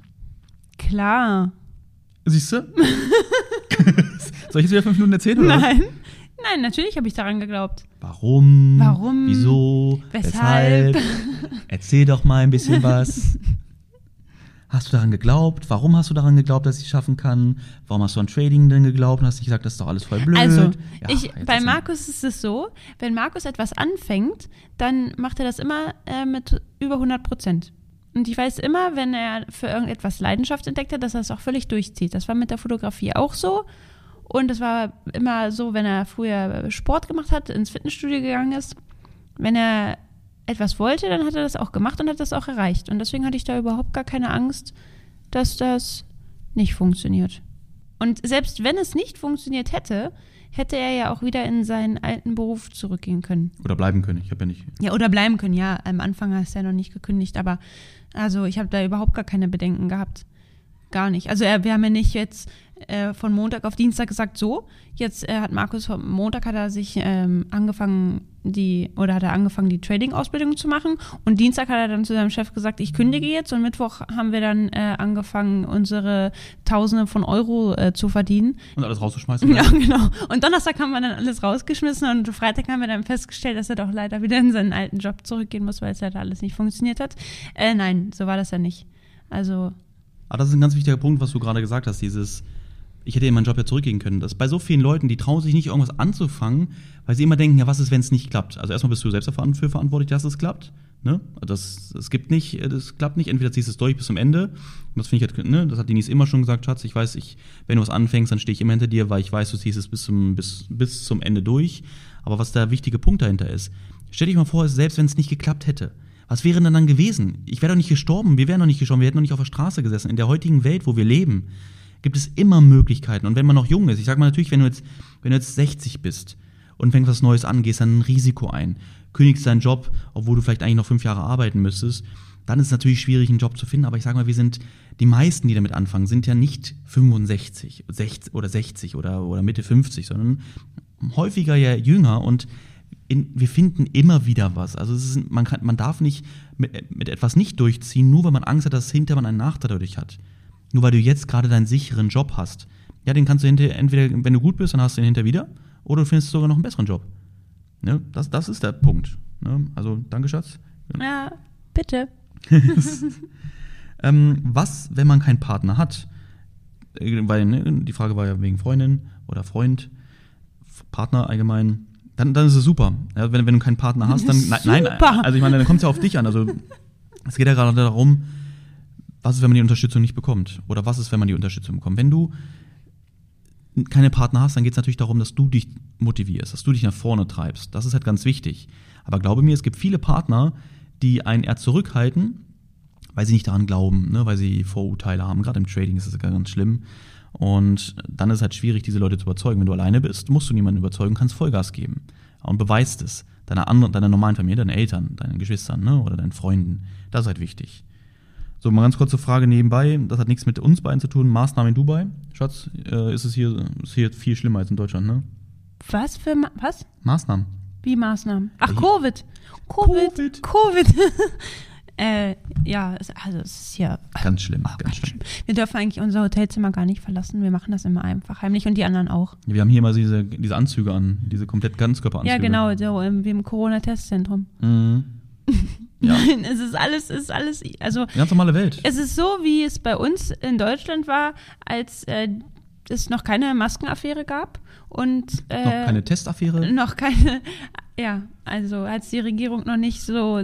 Speaker 2: Klar.
Speaker 1: Siehst du? Soll ich jetzt wieder fünf Minuten erzählen, oder?
Speaker 2: Nein. Nein, natürlich habe ich daran geglaubt.
Speaker 1: Warum?
Speaker 2: Warum?
Speaker 1: Wieso?
Speaker 2: Weshalb?
Speaker 1: Weshalb? Erzähl doch mal ein bisschen was. Hast du daran geglaubt? Warum hast du daran geglaubt, dass ich es schaffen kann? Warum hast du an Trading denn geglaubt und hast nicht gesagt, das ist doch alles voll blöd?
Speaker 2: Also,
Speaker 1: ja,
Speaker 2: ich, bei Markus ist es so, wenn Markus etwas anfängt, dann macht er das immer äh, mit über hundert Prozent. Und ich weiß immer, wenn er für irgendetwas Leidenschaft entdeckt hat, dass er es auch völlig durchzieht. Das war mit der Fotografie auch so. Und es war immer so, wenn er früher Sport gemacht hat, ins Fitnessstudio gegangen ist, wenn er etwas wollte, dann hat er das auch gemacht und hat das auch erreicht. Und deswegen hatte ich da überhaupt gar keine Angst, dass das nicht funktioniert. Und selbst wenn es nicht funktioniert hätte, hätte er ja auch wieder in seinen alten Beruf zurückgehen können.
Speaker 1: Oder bleiben können, ich habe ja nicht...
Speaker 2: Ja, oder bleiben können, ja. Am Anfang hast du ja noch nicht gekündigt, aber also ich habe da überhaupt gar keine Bedenken gehabt. Gar nicht. Also er, wir haben ja nicht jetzt äh, von Montag auf Dienstag gesagt, so, jetzt äh, hat Markus, vom Montag hat er sich ähm, angefangen, die, oder hat er angefangen, die Trading-Ausbildung zu machen und Dienstag hat er dann zu seinem Chef gesagt, ich kündige jetzt und Mittwoch haben wir dann äh, angefangen, unsere Tausende von Euro äh, zu verdienen.
Speaker 1: Und alles rauszuschmeißen?
Speaker 2: Ja, genau. Und Donnerstag haben wir dann alles rausgeschmissen und Freitag haben wir dann festgestellt, dass er doch leider wieder in seinen alten Job zurückgehen muss, weil es halt alles nicht funktioniert hat. Äh, nein, so war das ja nicht. Also...
Speaker 1: Aber das ist ein ganz wichtiger Punkt, was du gerade gesagt hast, dieses, ich hätte in meinen Job ja zurückgehen können. Das bei so vielen Leuten, die trauen sich nicht, irgendwas anzufangen, weil sie immer denken, ja, was ist, wenn es nicht klappt? Also erstmal bist du selbst dafür verantwortlich, dass es klappt. Ne? Das, es gibt nicht, das klappt nicht, entweder ziehst du es durch bis zum Ende. Und das finde ich halt, ne, das hat Denise immer schon gesagt, Schatz, ich weiß, ich, wenn du was anfängst, dann stehe ich immer hinter dir, weil ich weiß, du ziehst es bis zum, bis, bis zum Ende durch. Aber was der wichtige Punkt dahinter ist, stell dich mal vor, selbst wenn es nicht geklappt hätte, Was wäre denn dann gewesen? Ich wäre doch nicht gestorben, wir wären doch nicht gestorben, wir hätten doch nicht auf der Straße gesessen. In der heutigen Welt, wo wir leben, gibt es immer Möglichkeiten. Und wenn man noch jung ist, ich sag mal natürlich, wenn du jetzt, wenn du jetzt sechzig bist und fängst was Neues an, gehst dann ein Risiko ein, kündigst deinen Job, obwohl du vielleicht eigentlich noch fünf Jahre arbeiten müsstest, dann ist es natürlich schwierig, einen Job zu finden. Aber ich sag mal, wir sind, die meisten, die damit anfangen, sind ja nicht fünfundsechzig sechzig oder sechzig oder, oder Mitte fünfzig, sondern häufiger ja jünger und in, wir finden immer wieder was. Also es ist, man, kann, man darf nicht mit, mit etwas nicht durchziehen, nur weil man Angst hat, dass hinterher man einen Nachteil dadurch hat. Nur weil du jetzt gerade deinen sicheren Job hast. Ja, den kannst du hinterher, entweder, wenn du gut bist, dann hast du den hinterher wieder, oder du findest sogar noch einen besseren Job. Ne? Das, das ist der Punkt. Ne? Also, danke, Schatz.
Speaker 2: Ja, bitte.
Speaker 1: ähm, was, wenn man keinen Partner hat? Weil ne, die Frage war ja wegen Freundin oder Freund, Partner allgemein. Dann, dann ist es super. Ja, wenn, wenn du keinen Partner hast, dann. Nein, nein, also ich meine, dann kommt es ja auf dich an. Also es geht ja gerade darum, was ist, wenn man die Unterstützung nicht bekommt? Oder was ist, wenn man die Unterstützung bekommt? Wenn du keine Partner hast, dann geht es natürlich darum, dass du dich motivierst, dass du dich nach vorne treibst. Das ist halt ganz wichtig. Aber glaube mir, es gibt viele Partner, die einen eher zurückhalten, weil sie nicht daran glauben, ne? Weil sie Vorurteile haben. Gerade im Trading ist das ganz schlimm. Und dann ist es halt schwierig, diese Leute zu überzeugen. Wenn du alleine bist, musst du niemanden überzeugen, kannst Vollgas geben. Und beweist es deiner, anderen, deiner normalen Familie, deinen Eltern, deinen Geschwistern, ne? Oder deinen Freunden. Das ist halt wichtig. So, mal ganz kurze Frage nebenbei. Das hat nichts mit uns beiden zu tun. Maßnahmen in Dubai. Schatz, äh, ist es hier, ist hier viel schlimmer als in Deutschland, ne?
Speaker 2: Was für Ma- was?
Speaker 1: Maßnahmen.
Speaker 2: Wie Maßnahmen? Ach,
Speaker 1: Ja,
Speaker 2: Covid. Covid.
Speaker 1: Covid.
Speaker 2: Covid. äh, ja, es, also es ist ja
Speaker 1: Ganz schlimm,
Speaker 2: oh,
Speaker 1: ganz,
Speaker 2: ganz
Speaker 1: schlimm.
Speaker 2: schlimm. Wir dürfen eigentlich unser Hotelzimmer gar nicht verlassen. Wir machen das immer einfach heimlich und die anderen auch.
Speaker 1: Wir haben hier immer diese, diese Anzüge an, diese komplett Ganzkörperanzüge.
Speaker 2: Ja, genau, so ähm, wie im Corona-Testzentrum.
Speaker 1: Mhm. Ja.
Speaker 2: Nein, es ist alles, es ist alles, also
Speaker 1: Eine ganz normale Welt.
Speaker 2: es ist so, wie es bei uns in Deutschland war, als äh, es noch keine Maskenaffäre gab und äh,
Speaker 1: Noch keine Testaffäre.
Speaker 2: noch keine, ja, also als die Regierung noch nicht so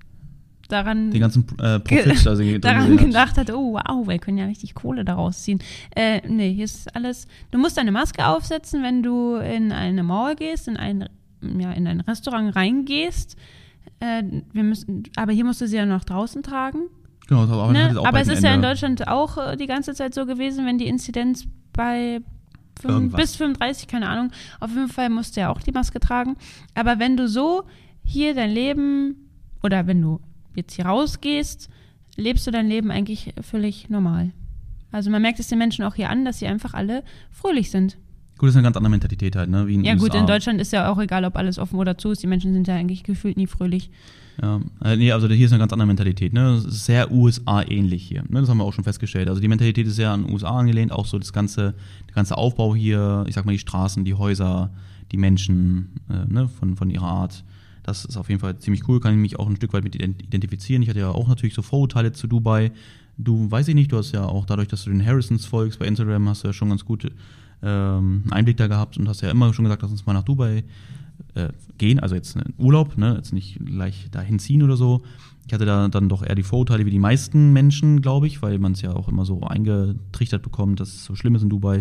Speaker 2: daran,
Speaker 1: Den ganzen äh, Profit, also drin
Speaker 2: daran
Speaker 1: gesehen hat.
Speaker 2: gedacht hat, oh wow, wir können ja richtig Kohle daraus ziehen. Äh, nee, hier ist alles, du musst eine Maske aufsetzen, wenn du in eine Mall gehst, in ein, ja, in ein Restaurant reingehst. Äh, wir müssen, aber hier musst du sie ja noch draußen tragen.
Speaker 1: Genau, das aber,
Speaker 2: Ne?
Speaker 1: das auch
Speaker 2: Aber
Speaker 1: bald
Speaker 2: es
Speaker 1: ein
Speaker 2: ist ja in
Speaker 1: Ende.
Speaker 2: Deutschland auch äh, die ganze Zeit so gewesen, wenn die Inzidenz bei fünf,
Speaker 1: Irgendwas.
Speaker 2: bis fünfunddreißig, keine Ahnung, auf jeden Fall musst du ja auch die Maske tragen. Aber wenn du so hier dein Leben, oder wenn du jetzt hier rausgehst, lebst du dein Leben eigentlich völlig normal. Also man merkt es den Menschen auch hier an, dass sie einfach alle fröhlich sind.
Speaker 1: Gut, das ist eine ganz andere Mentalität halt, ne? Wie in
Speaker 2: Ja
Speaker 1: den
Speaker 2: gut,
Speaker 1: U S A.
Speaker 2: in Deutschland ist ja auch egal, ob alles offen oder zu ist. Die Menschen sind ja eigentlich gefühlt nie fröhlich.
Speaker 1: Ja, äh, nee, also hier ist eine ganz andere Mentalität, ne? Das ist sehr U S A-ähnlich hier, ne? Das haben wir auch schon festgestellt. Also die Mentalität ist sehr an U S A angelehnt, auch so das ganze, der ganze Aufbau hier, ich sag mal die Straßen, die Häuser, die Menschen, äh, ne? Von, von ihrer Art. Das ist auf jeden Fall ziemlich cool, kann ich mich auch ein Stück weit mit identifizieren. Ich hatte ja auch natürlich so Vorurteile zu Dubai. Du, weiß ich nicht, du hast ja auch dadurch, dass du den Harrisons folgst bei Instagram, hast du ja schon ganz gut ähm, Einblick da gehabt und hast ja immer schon gesagt, lass uns mal nach Dubai äh, gehen, also jetzt in Urlaub, ne, jetzt nicht gleich dahin ziehen oder so. Ich hatte da dann doch eher die Vorurteile wie die meisten Menschen, glaube ich, weil man es ja auch immer so eingetrichtert bekommt, dass es so schlimm ist in Dubai,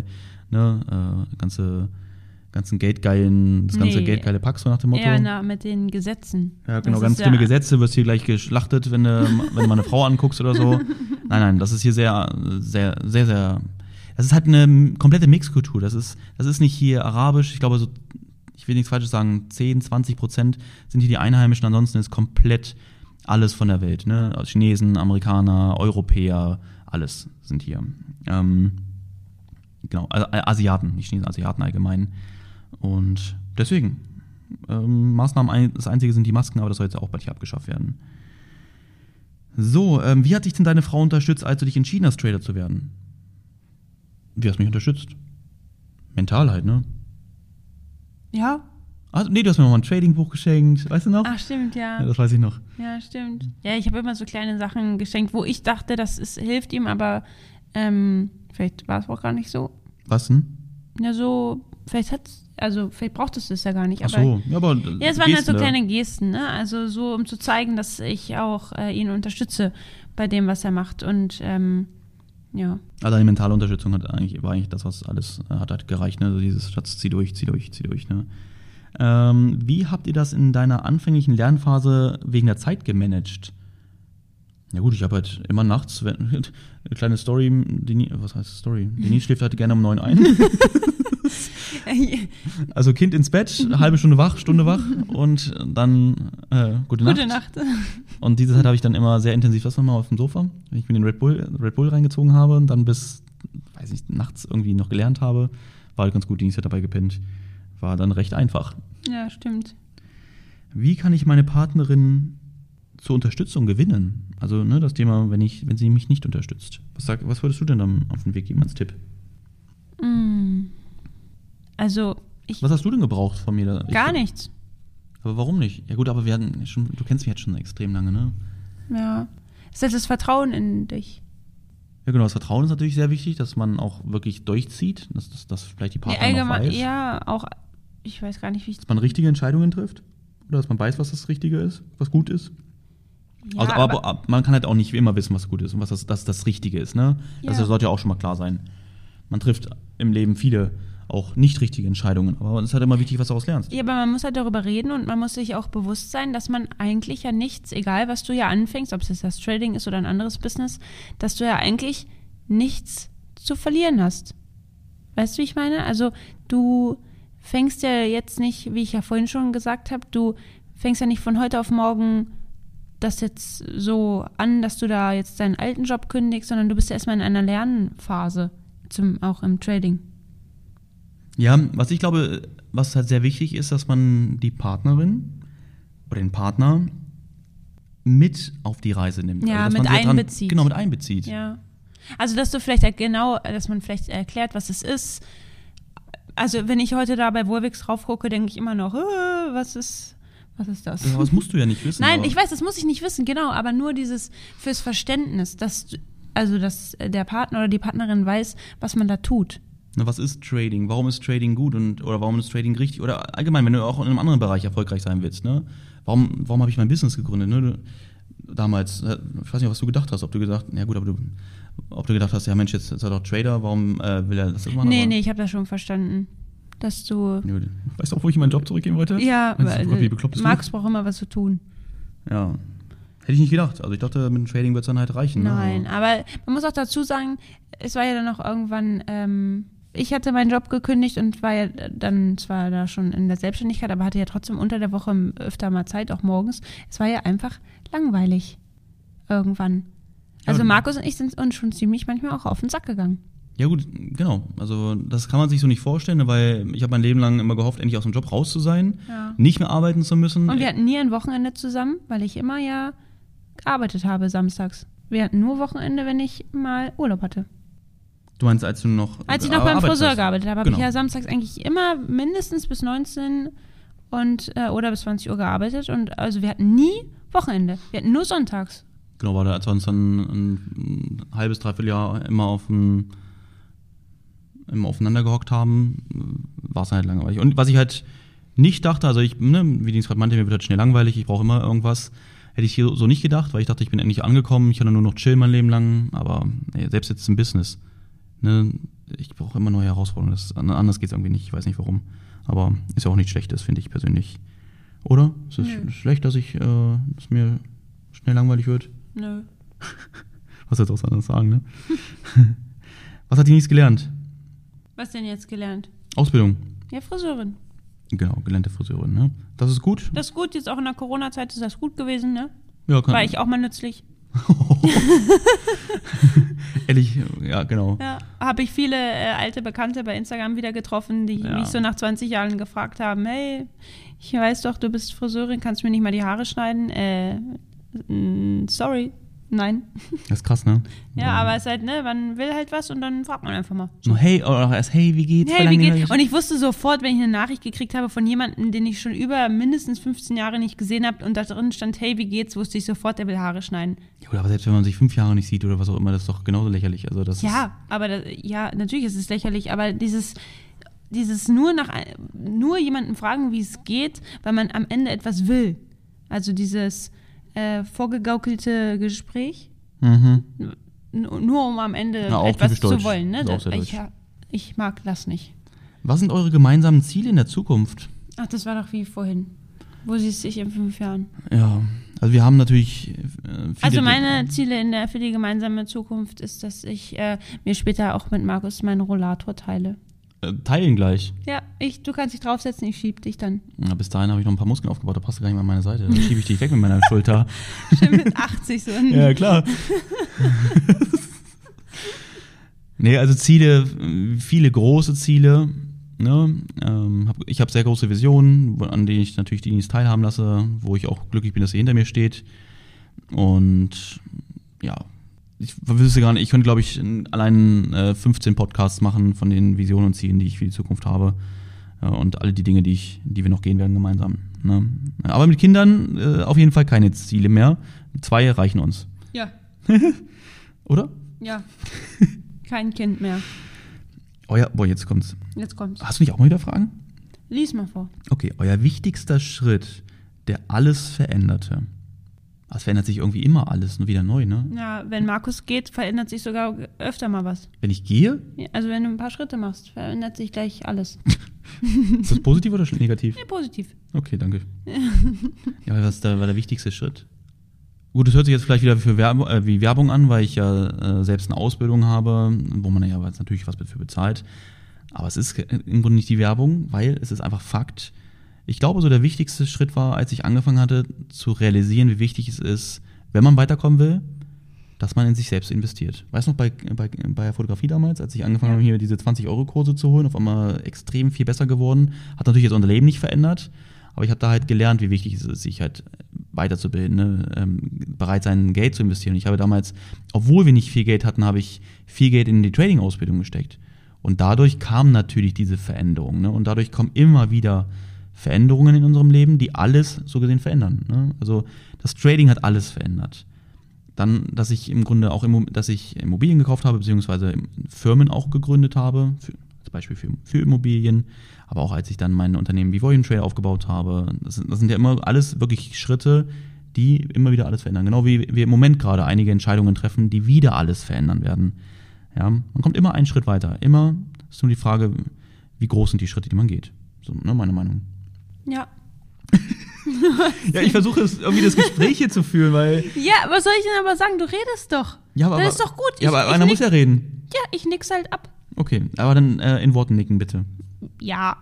Speaker 1: ne, äh, ganze ganzen geldgeilen, das ganze
Speaker 2: Nee.
Speaker 1: geldgeile Pack, so nach dem Motto.
Speaker 2: Ja, na, mit den Gesetzen.
Speaker 1: Ja, genau,
Speaker 2: Das
Speaker 1: ganz
Speaker 2: ist
Speaker 1: schlimme
Speaker 2: ja-
Speaker 1: Gesetze, wirst hier gleich geschlachtet, wenn du, wenn du mal eine Frau anguckst oder so. Nein, nein, das ist hier sehr, sehr, sehr, sehr, das ist halt eine komplette Mixkultur. Das ist, das ist nicht hier arabisch, ich glaube so, ich will nichts Falsches sagen, zehn, zwanzig Prozent sind hier die Einheimischen, ansonsten ist komplett alles von der Welt, ne? Also Chinesen, Amerikaner, Europäer, alles sind hier. Ähm, genau, also Asiaten, nicht Chinesen, Asiaten allgemein. Und deswegen, ähm, Maßnahmen, ein, das einzige sind die Masken, aber das soll jetzt auch bald hier abgeschafft werden. So, ähm, wie hat dich denn deine Frau unterstützt, als du dich entschieden hast, Trader zu werden? Wie hast du mich unterstützt? Mental halt, ne?
Speaker 2: Ja.
Speaker 1: Also, nee, du hast mir noch mal ein Trading-Buch geschenkt, weißt du noch?
Speaker 2: Ach, stimmt, ja.
Speaker 1: Ja, das weiß ich noch.
Speaker 2: Ja, stimmt. Ja, ich habe immer so kleine Sachen geschenkt, wo ich dachte, das ist, hilft ihm, aber ähm, vielleicht war es auch gar nicht so.
Speaker 1: Was denn?
Speaker 2: Ja, so, vielleicht hat's, also vielleicht braucht es das ja gar nicht.
Speaker 1: Ach
Speaker 2: Aber,
Speaker 1: so, ja, aber
Speaker 2: ja, es waren halt so
Speaker 1: Gesten,
Speaker 2: kleine Gesten, ne? Also so, um zu zeigen, dass ich auch äh, ihn unterstütze bei dem, was er macht. Und ähm, ja.
Speaker 1: Also deine mentale Unterstützung hat eigentlich, war eigentlich das, was alles äh, hat halt gereicht, ne? Also dieses Schatz, zieh durch, zieh durch, zieh durch, ne? Ähm, wie habt ihr das in deiner anfänglichen Lernphase wegen der Zeit gemanagt? Ja gut, ich habe halt immer nachts, wenn, eine kleine Story, Deni, was heißt Story? Denise schläft halt gerne um neun ein. Also Kind ins Bett, halbe Stunde wach, Stunde wach und dann äh, gute Nacht.
Speaker 2: Gute Nacht.
Speaker 1: Und diese Zeit habe ich dann immer sehr intensiv, das nochmal auf dem Sofa, wenn ich mir den Red Bull, Red Bull reingezogen habe und dann bis, weiß nicht, nachts irgendwie noch gelernt habe, war halt ganz gut, Denise hat dabei gepennt. War dann recht einfach.
Speaker 2: Ja, stimmt.
Speaker 1: Wie kann ich meine Partnerin zur Unterstützung gewinnen? Also ne, das Thema, wenn ich, wenn sie mich nicht unterstützt. Was, sag, was würdest du denn dann auf den Weg geben als Tipp?
Speaker 2: Mm. Also ich...
Speaker 1: Was hast du denn gebraucht von mir? Da?
Speaker 2: Gar
Speaker 1: ich,
Speaker 2: nichts.
Speaker 1: Aber warum nicht? Ja gut, aber wir hatten schon, du kennst mich jetzt schon extrem lange, ne?
Speaker 2: Ja. Es ist halt das Vertrauen in dich.
Speaker 1: Ja genau, das Vertrauen ist natürlich sehr wichtig, dass man auch wirklich durchzieht, dass, dass, dass vielleicht die Partnerin
Speaker 2: Ja,
Speaker 1: auch
Speaker 2: allgemein,
Speaker 1: weiß.
Speaker 2: ja, auch... Ich weiß gar nicht, wie ich...
Speaker 1: Dass man richtige Entscheidungen trifft? Oder dass man weiß, was das Richtige ist, was gut ist?
Speaker 2: Ja,
Speaker 1: also, aber,
Speaker 2: aber,
Speaker 1: aber man kann halt auch nicht wie immer wissen, was gut ist und was das, das, das Richtige ist, ne?
Speaker 2: Ja.
Speaker 1: Das sollte ja auch schon mal klar sein. Man trifft im Leben viele auch nicht richtige Entscheidungen, aber es ist halt immer wichtig, was du daraus lernst.
Speaker 2: ja, aber man muss halt darüber reden und man muss sich auch bewusst sein, dass man eigentlich ja nichts, egal was du ja anfängst, ob es jetzt das Trading ist oder ein anderes Business, dass du ja eigentlich nichts zu verlieren hast. Weißt du, wie ich meine? Also du fängst ja jetzt nicht, wie ich ja vorhin schon gesagt habe, du fängst ja nicht von heute auf morgen das jetzt so an, dass du da jetzt deinen alten Job kündigst, sondern du bist ja erstmal in einer Lernphase, zum, auch im Trading.
Speaker 1: Ja, was ich glaube, was halt sehr wichtig ist, dass man die Partnerin oder den Partner mit auf die Reise nimmt.
Speaker 2: Ja,
Speaker 1: also, dass
Speaker 2: mit
Speaker 1: man sie
Speaker 2: einbezieht.
Speaker 1: Dran, genau, mit einbezieht.
Speaker 2: Ja. Also, dass du vielleicht halt genau, dass man vielleicht erklärt, was es ist. Also, wenn ich heute da bei Volvix drauf gucke, denke ich immer noch, äh, was ist, was ist das?
Speaker 1: Ja, das musst du ja nicht wissen.
Speaker 2: Nein,
Speaker 1: aber
Speaker 2: ich weiß, das muss ich nicht wissen, genau, aber nur dieses fürs Verständnis, dass, du- also, dass der Partner oder die Partnerin weiß, was man da tut.
Speaker 1: Na, was ist Trading? Warum ist Trading gut und oder warum ist Trading richtig? Oder allgemein, wenn du auch in einem anderen Bereich erfolgreich sein willst, ne? Warum, warum habe ich mein Business gegründet? Ne? Du, damals, ich weiß nicht, was du gedacht hast, ob du gedacht, ja gut, aber du, ob du gedacht hast, ja Mensch, jetzt ist er doch Trader, warum äh, will er das machen?
Speaker 2: Nee,
Speaker 1: aber,
Speaker 2: nee, ich habe das schon verstanden, dass du,
Speaker 1: Nee, weißt du auch, wo ich in meinen Job zurückgehen wollte?
Speaker 2: ja,
Speaker 1: Meinst du,
Speaker 2: weil,
Speaker 1: wie bekloppt bist du?
Speaker 2: Markus braucht immer was zu tun.
Speaker 1: Ja. Hätte ich nicht gedacht. Also ich dachte, mit dem Trading wird es dann halt reichen.
Speaker 2: Nein,
Speaker 1: Ne?
Speaker 2: aber man muss auch dazu sagen, es war ja dann auch irgendwann, ähm, ich hatte meinen Job gekündigt und war ja dann zwar da schon in der Selbstständigkeit, aber hatte ja trotzdem unter der Woche öfter mal Zeit, auch morgens. Es war ja einfach langweilig irgendwann. Also
Speaker 1: Ja.
Speaker 2: Markus und ich sind uns schon ziemlich manchmal auch auf den Sack gegangen.
Speaker 1: Ja gut, genau. Also das kann man sich so nicht vorstellen, weil ich habe mein Leben lang immer gehofft, endlich aus dem Job raus zu sein,
Speaker 2: Ja.
Speaker 1: nicht mehr arbeiten zu müssen.
Speaker 2: Und wir hatten nie ein Wochenende zusammen, weil ich immer ja gearbeitet habe samstags. Wir hatten nur Wochenende, wenn ich mal Urlaub hatte.
Speaker 1: Du meinst, als du noch
Speaker 2: Als ich noch beim
Speaker 1: gearbeitet
Speaker 2: Friseur
Speaker 1: hast?
Speaker 2: gearbeitet habe, habe
Speaker 1: Genau.
Speaker 2: ich ja samstags eigentlich immer mindestens bis neunzehn und, äh, oder bis zwanzig Uhr gearbeitet. Und also wir hatten nie Wochenende. Wir hatten nur sonntags.
Speaker 1: Genau, war da, als wir uns dann ein, ein halbes, dreiviertel Jahr immer auf dem immer aufeinander gehockt haben, war es halt langweilig. Und was ich halt nicht dachte, also ich, ne, wie die es gerade meinte, mir wird halt schnell langweilig, ich brauche immer irgendwas, hätte ich hier so nicht gedacht, weil ich dachte, ich bin endlich angekommen, ich kann nur noch chillen mein Leben lang, aber nee, selbst jetzt im Business, ne, ich brauche immer neue Herausforderungen, das, anders geht es irgendwie nicht, ich weiß nicht warum, aber ist ja auch nichts Schlechtes, finde ich persönlich. Oder? Ist es
Speaker 2: Nö.
Speaker 1: schlecht, dass ich, äh, dass mir schnell langweilig wird?
Speaker 2: Nö.
Speaker 1: Was jetzt auch anderes sagen, ne? Was hat die nichts gelernt?
Speaker 2: Was denn jetzt gelernt?
Speaker 1: Ausbildung.
Speaker 2: Ja, Friseurin.
Speaker 1: Genau, gelernte Friseurin, ne? Das ist gut.
Speaker 2: Das ist gut, jetzt auch in der Corona-Zeit ist das gut gewesen, ne?
Speaker 1: Ja, kann,
Speaker 2: War ich auch mal nützlich.
Speaker 1: Ehrlich, ja, genau.
Speaker 2: Ja, habe ich viele äh, alte Bekannte bei Instagram wieder getroffen, die
Speaker 1: Ja.
Speaker 2: mich so nach zwanzig Jahren gefragt haben, hey, ich weiß doch, du bist Friseurin, kannst du mir nicht mal die Haare schneiden? Äh, mm, sorry, nein.
Speaker 1: Das ist krass, ne?
Speaker 2: Ja, aber es ist halt, ne, man will halt was und dann fragt man einfach mal.
Speaker 1: So, hey, oder erst, hey, wie geht's?
Speaker 2: Hey,
Speaker 1: Voll
Speaker 2: wie
Speaker 1: lange
Speaker 2: geht's?
Speaker 1: nicht-
Speaker 2: Und ich wusste sofort, wenn ich eine Nachricht gekriegt habe von jemandem, den ich schon über mindestens fünfzehn Jahre nicht gesehen habe und da drin stand, hey, wie geht's, wusste ich sofort, der will Haare schneiden.
Speaker 1: Ja, gut, aber selbst wenn man sich fünf Jahre nicht sieht oder was auch immer, das ist doch genauso lächerlich. Also das ist,
Speaker 2: Ja, aber das, ja, natürlich ist es lächerlich, aber dieses, dieses nur nach nur jemanden fragen, wie es geht, weil man am Ende etwas will. Also dieses äh, vorgegaukelte Gespräch,
Speaker 1: Mhm.
Speaker 2: n- nur um am Ende
Speaker 1: Na, auch
Speaker 2: etwas
Speaker 1: typisch
Speaker 2: zu
Speaker 1: deutsch.
Speaker 2: wollen. Ne?
Speaker 1: Ist auch sehr
Speaker 2: ich,
Speaker 1: deutsch.
Speaker 2: ja, ich mag das nicht.
Speaker 1: Was sind eure gemeinsamen Ziele in der Zukunft?
Speaker 2: Ach, das war doch wie vorhin. Wo siehst du dich in fünf Jahren?
Speaker 1: Ja, also wir haben natürlich äh, viele...
Speaker 2: Also meine Ziele in der, für die gemeinsame Zukunft ist, dass ich äh, mir später auch mit Markus meinen Rollator teile.
Speaker 1: Äh, teilen gleich.
Speaker 2: Ja, ich, du kannst dich draufsetzen, ich schieb dich dann.
Speaker 1: Ja, bis dahin habe ich noch ein paar Muskeln aufgebaut, da passt du gar nicht mehr an meine Seite. Dann schiebe ich dich weg mit meiner Schulter.
Speaker 2: Schön mit achtzig so ein...
Speaker 1: Ja, klar. Nee, also Ziele, viele große Ziele. Ne? Ähm, hab, ich habe sehr große Visionen, an denen ich natürlich die Dinis teilhaben lasse, wo ich auch glücklich bin, dass sie hinter mir steht. Und ja, ich wüsste gar nicht, ich könnte, glaube ich, allein äh, fünfzehn Podcasts machen von den Visionen und Zielen, die ich für die Zukunft habe. Äh, und alle die Dinge, die ich, die wir noch gehen werden gemeinsam. Ne? Aber mit Kindern äh, auf jeden Fall keine Ziele mehr. Zwei reichen uns.
Speaker 2: Ja.
Speaker 1: Oder?
Speaker 2: Ja. Kein Kind mehr.
Speaker 1: Euer, boah, jetzt kommt's.
Speaker 2: Jetzt kommt's.
Speaker 1: Hast du nicht auch mal wieder Fragen?
Speaker 2: Lies mal vor.
Speaker 1: Okay, euer wichtigster Schritt, der alles veränderte. Es verändert sich irgendwie immer alles, nur wieder neu, ne?
Speaker 2: Ja, wenn Markus geht, verändert sich sogar öfter mal was.
Speaker 1: Wenn ich gehe?
Speaker 2: Ja, also wenn du ein paar Schritte machst, verändert sich gleich alles.
Speaker 1: Ist das positiv oder negativ?
Speaker 2: Ja, positiv.
Speaker 1: Okay, danke. Ja, was da war der wichtigste Schritt? Gut, das hört sich jetzt vielleicht wieder für Werbung, äh, wie Werbung an, weil ich ja äh, selbst eine Ausbildung habe, wo man ja jetzt natürlich was für bezahlt. Aber es ist im Grunde nicht die Werbung, weil es ist einfach Fakt. Ich glaube, so der wichtigste Schritt war, als ich angefangen hatte, zu realisieren, wie wichtig es ist, wenn man weiterkommen will, dass man in sich selbst investiert. Weißt du noch, bei, bei, bei der Fotografie damals, als ich angefangen
Speaker 2: Ja.
Speaker 1: habe, hier diese zwanzig-Euro-Kurse zu holen, auf einmal extrem viel besser geworden. Hat natürlich jetzt unser Leben nicht verändert, aber ich habe da halt gelernt, wie wichtig es ist, sich halt weiterzubilden, ne? ähm, bereit sein, Geld zu investieren. Ich habe damals, obwohl wir nicht viel Geld hatten, habe ich viel Geld in die Trading-Ausbildung gesteckt. Und dadurch kam natürlich diese Veränderung. Ne? Und dadurch kommen immer wieder Veränderungen in unserem Leben, die alles so gesehen verändern. Ne? Also das Trading hat alles verändert. Dann, dass ich im Grunde auch, Immo- dass ich Immobilien gekauft habe, beziehungsweise Firmen auch gegründet habe, für, zum Beispiel für, für Immobilien, aber auch als ich dann mein Unternehmen wie Volume Trader aufgebaut habe. Das, das sind ja immer alles wirklich Schritte, die immer wieder alles verändern. Genau wie wir im Moment gerade einige Entscheidungen treffen, die wieder alles verändern werden. Ja, man kommt immer einen Schritt weiter. Immer ist nur die Frage, wie groß sind die Schritte, die man geht. So, ne, meine Meinung.
Speaker 2: Ja.
Speaker 1: Ja, ich versuche es irgendwie das Gespräch hier zu führen, weil...
Speaker 2: Ja, was soll ich denn aber sagen? Du redest doch.
Speaker 1: Ja, aber,
Speaker 2: das ist doch gut.
Speaker 1: Ja,
Speaker 2: Ich-
Speaker 1: aber
Speaker 2: ich
Speaker 1: einer
Speaker 2: nick-
Speaker 1: muss ja reden.
Speaker 2: Ja, ich nix halt ab.
Speaker 1: Okay, aber dann äh, in Worten nicken, bitte.
Speaker 2: Ja.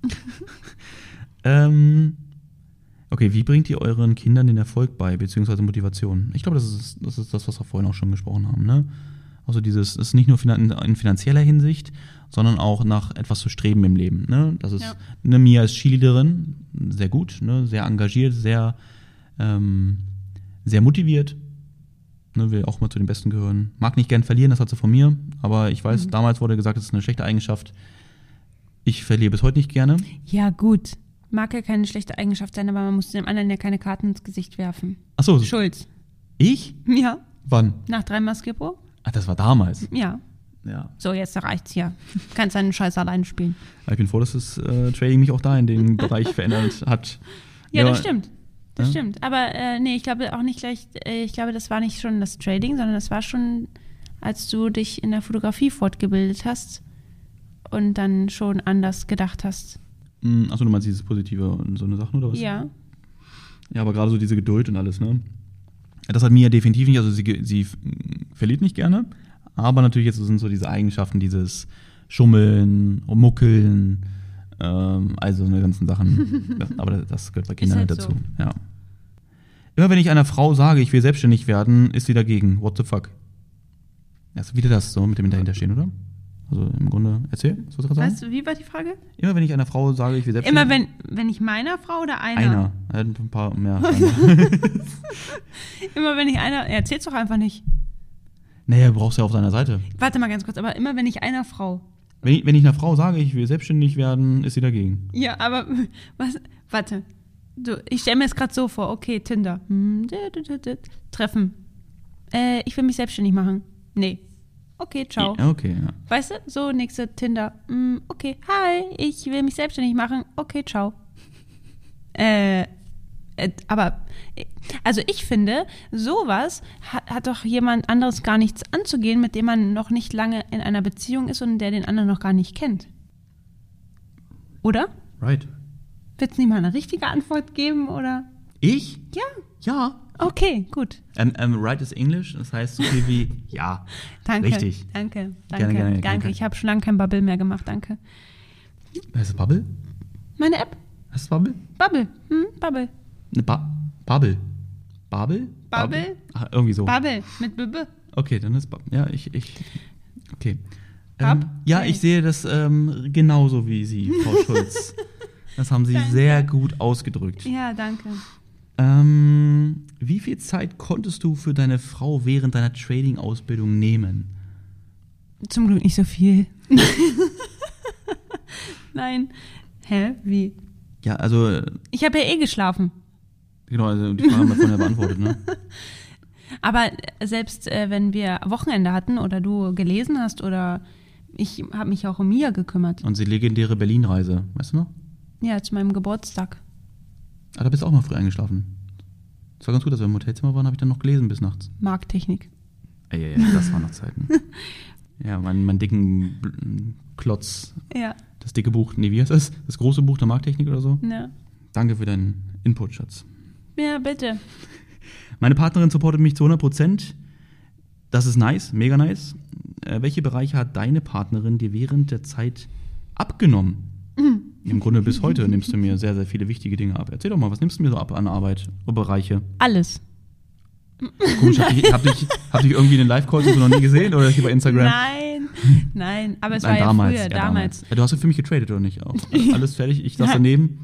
Speaker 1: Ähm, okay, wie bringt ihr euren Kindern den Erfolg bei, beziehungsweise Motivation? Ich glaube, das ist, das ist das, was wir vorhin auch schon gesprochen haben, ne? Also dieses, es ist nicht nur finan- in finanzieller Hinsicht, sondern auch nach etwas zu streben im Leben, ne? Das ist,
Speaker 2: Ja.
Speaker 1: eine Mia ist Cheerleaderin, sehr gut, ne? Sehr engagiert, sehr, ähm, sehr motiviert, ne? Will auch mal zu den Besten gehören. Mag nicht gern verlieren, das hat sie von mir, aber ich weiß,
Speaker 2: Mhm.
Speaker 1: damals wurde gesagt, das ist eine schlechte Eigenschaft. Ich verliere bis heute nicht gerne.
Speaker 2: Ja, gut. Mag ja keine schlechte Eigenschaft sein, aber man muss dem anderen ja keine Karten ins Gesicht werfen.
Speaker 1: Achso,
Speaker 2: Schulz.
Speaker 1: ich?
Speaker 2: Ja.
Speaker 1: Wann?
Speaker 2: Nach dreimal Skippo?
Speaker 1: Ach, das war damals.
Speaker 2: Ja.
Speaker 1: Ja.
Speaker 2: So, jetzt reicht's hier. Kannst deinen Scheiß alleine spielen.
Speaker 1: Ich bin froh, dass das äh, Trading mich auch da in dem Bereich verändert hat.
Speaker 2: Ja, das
Speaker 1: aber-
Speaker 2: stimmt. Das
Speaker 1: Ja?
Speaker 2: stimmt. Aber äh, nee, ich glaube auch nicht gleich, äh, ich glaube, das war nicht schon das Trading, sondern das war schon, als du dich in der Fotografie fortgebildet hast und dann schon anders gedacht hast.
Speaker 1: Hm, Achso, du meinst dieses Positive und so eine Sachen, oder was?
Speaker 2: Ja.
Speaker 1: Ja, aber gerade so diese Geduld und alles, ne? Das hat Mia definitiv nicht, also sie, ge- sie f- verliert nicht gerne, aber natürlich jetzt sind so diese Eigenschaften, dieses Schummeln, Muckeln, ähm, also so eine ganzen Sachen. Das, aber das gehört bei Kindern
Speaker 2: halt
Speaker 1: halt dazu,
Speaker 2: so.
Speaker 1: ja. Immer wenn ich einer Frau sage, ich will selbstständig werden, ist sie dagegen. What the fuck? Das ist wieder das so mit dem Dahinterstehen, oder? Also im Grunde, erzähl, was sollst du gerade
Speaker 2: Weißt
Speaker 1: sagen?
Speaker 2: du, wie war die Frage?
Speaker 1: Immer wenn ich einer Frau sage, ich will selbstständig
Speaker 2: Immer wenn, wenn ich meiner Frau oder einer?
Speaker 1: Einer. Er hat ein paar mehr.
Speaker 2: Immer wenn ich einer, erzähl's doch einfach nicht.
Speaker 1: Naja, brauchst du ja auf seiner Seite.
Speaker 2: Warte mal ganz kurz, aber immer wenn ich einer Frau.
Speaker 1: Wenn ich, wenn ich einer Frau sage, ich will selbstständig werden, ist sie dagegen.
Speaker 2: Ja, aber was, warte. Du, ich stelle mir es gerade so vor, okay, Tinder. Hm, dü- dü- dü- dü. Treffen. Äh, ich will mich selbstständig machen. Nee. Okay, ciao.
Speaker 1: Ja, okay, ja.
Speaker 2: Weißt du, so nächste Tinder. Hm, okay, hi, ich will mich selbstständig machen. Okay, ciao. Äh, äh, aber, äh, also ich finde, sowas hat, hat doch jemand anderes gar nichts anzugehen, mit dem man noch nicht lange in einer Beziehung ist und der den anderen noch gar nicht kennt. Oder?
Speaker 1: Right.
Speaker 2: Willst du nicht mal eine richtige Antwort geben, oder?
Speaker 1: Ich?
Speaker 2: Ja.
Speaker 1: Ja.
Speaker 2: Okay, gut.
Speaker 1: Um, um, right is English, das heißt so viel wie ja.
Speaker 2: Danke.
Speaker 1: Richtig.
Speaker 2: Danke, danke,
Speaker 1: Gerne, gerne,
Speaker 2: danke.
Speaker 1: danke.
Speaker 2: Ich habe schon lange kein Bubble mehr gemacht, danke.
Speaker 1: Heißt es Bubble?
Speaker 2: Meine App?
Speaker 1: Heißt es Bubble?
Speaker 2: Bubble, hm, Bubble.
Speaker 1: Ne, ba Bubble. Bubble?
Speaker 2: Bubble?
Speaker 1: Ach, irgendwie so.
Speaker 2: Bubble, mit Bubble.
Speaker 1: Okay, dann ist Bubble. Ja, ich, ich, okay.
Speaker 2: Bub?
Speaker 1: Ähm, ja,
Speaker 2: Nee.
Speaker 1: ich sehe das ähm, genauso wie Sie, Frau Schulz. Das haben Sie
Speaker 2: Danke.
Speaker 1: sehr gut ausgedrückt.
Speaker 2: Ja, danke.
Speaker 1: Ähm, wie viel Zeit konntest du für deine Frau während deiner Trading-Ausbildung nehmen?
Speaker 2: Zum Glück nicht so viel. Nein. Hä? Wie?
Speaker 1: Ja, also, äh,
Speaker 2: Ich habe ja eh geschlafen.
Speaker 1: genau, also die Frage haben wir vorhin ja beantwortet, ne?
Speaker 2: Aber selbst äh, wenn wir Wochenende hatten oder du gelesen hast oder ich habe mich auch um Mia gekümmert.
Speaker 1: Und die legendäre Berlin-Reise, weißt du noch?
Speaker 2: Ja, zu meinem Geburtstag.
Speaker 1: Ah, da bist du auch mal früh eingeschlafen. Das war ganz gut, dass wir im Hotelzimmer waren, habe ich dann noch gelesen bis nachts.
Speaker 2: Markttechnik.
Speaker 1: Ey, ey, ey, das waren noch Zeiten. Ja, mein, mein dicken Bl- Klotz,
Speaker 2: Ja,
Speaker 1: das dicke Buch, nee, wie heißt das? Das große Buch der Markttechnik oder so?
Speaker 2: ja.
Speaker 1: Danke für deinen Input, Schatz.
Speaker 2: Ja, bitte.
Speaker 1: Meine Partnerin supportet mich zu hundert Prozent. Das ist nice, mega nice. Äh, welche Bereiche hat deine Partnerin dir während der Zeit abgenommen? Im Grunde bis heute nimmst du mir sehr, sehr viele wichtige Dinge ab. Erzähl doch mal, was nimmst du mir so ab an Arbeit oder Bereiche?
Speaker 2: Alles.
Speaker 1: Komisch, hab dich, hab dich, hab dich irgendwie in den Live-Calls noch nie gesehen oder hier bei Instagram?
Speaker 2: Nein, nein, aber es
Speaker 1: Nein,
Speaker 2: war
Speaker 1: damals,
Speaker 2: ja früher,
Speaker 1: ja,
Speaker 2: damals.
Speaker 1: Ja, du hast ja für mich getradet, oder nicht? Auch alles fertig, ich saß
Speaker 2: Ja.
Speaker 1: daneben.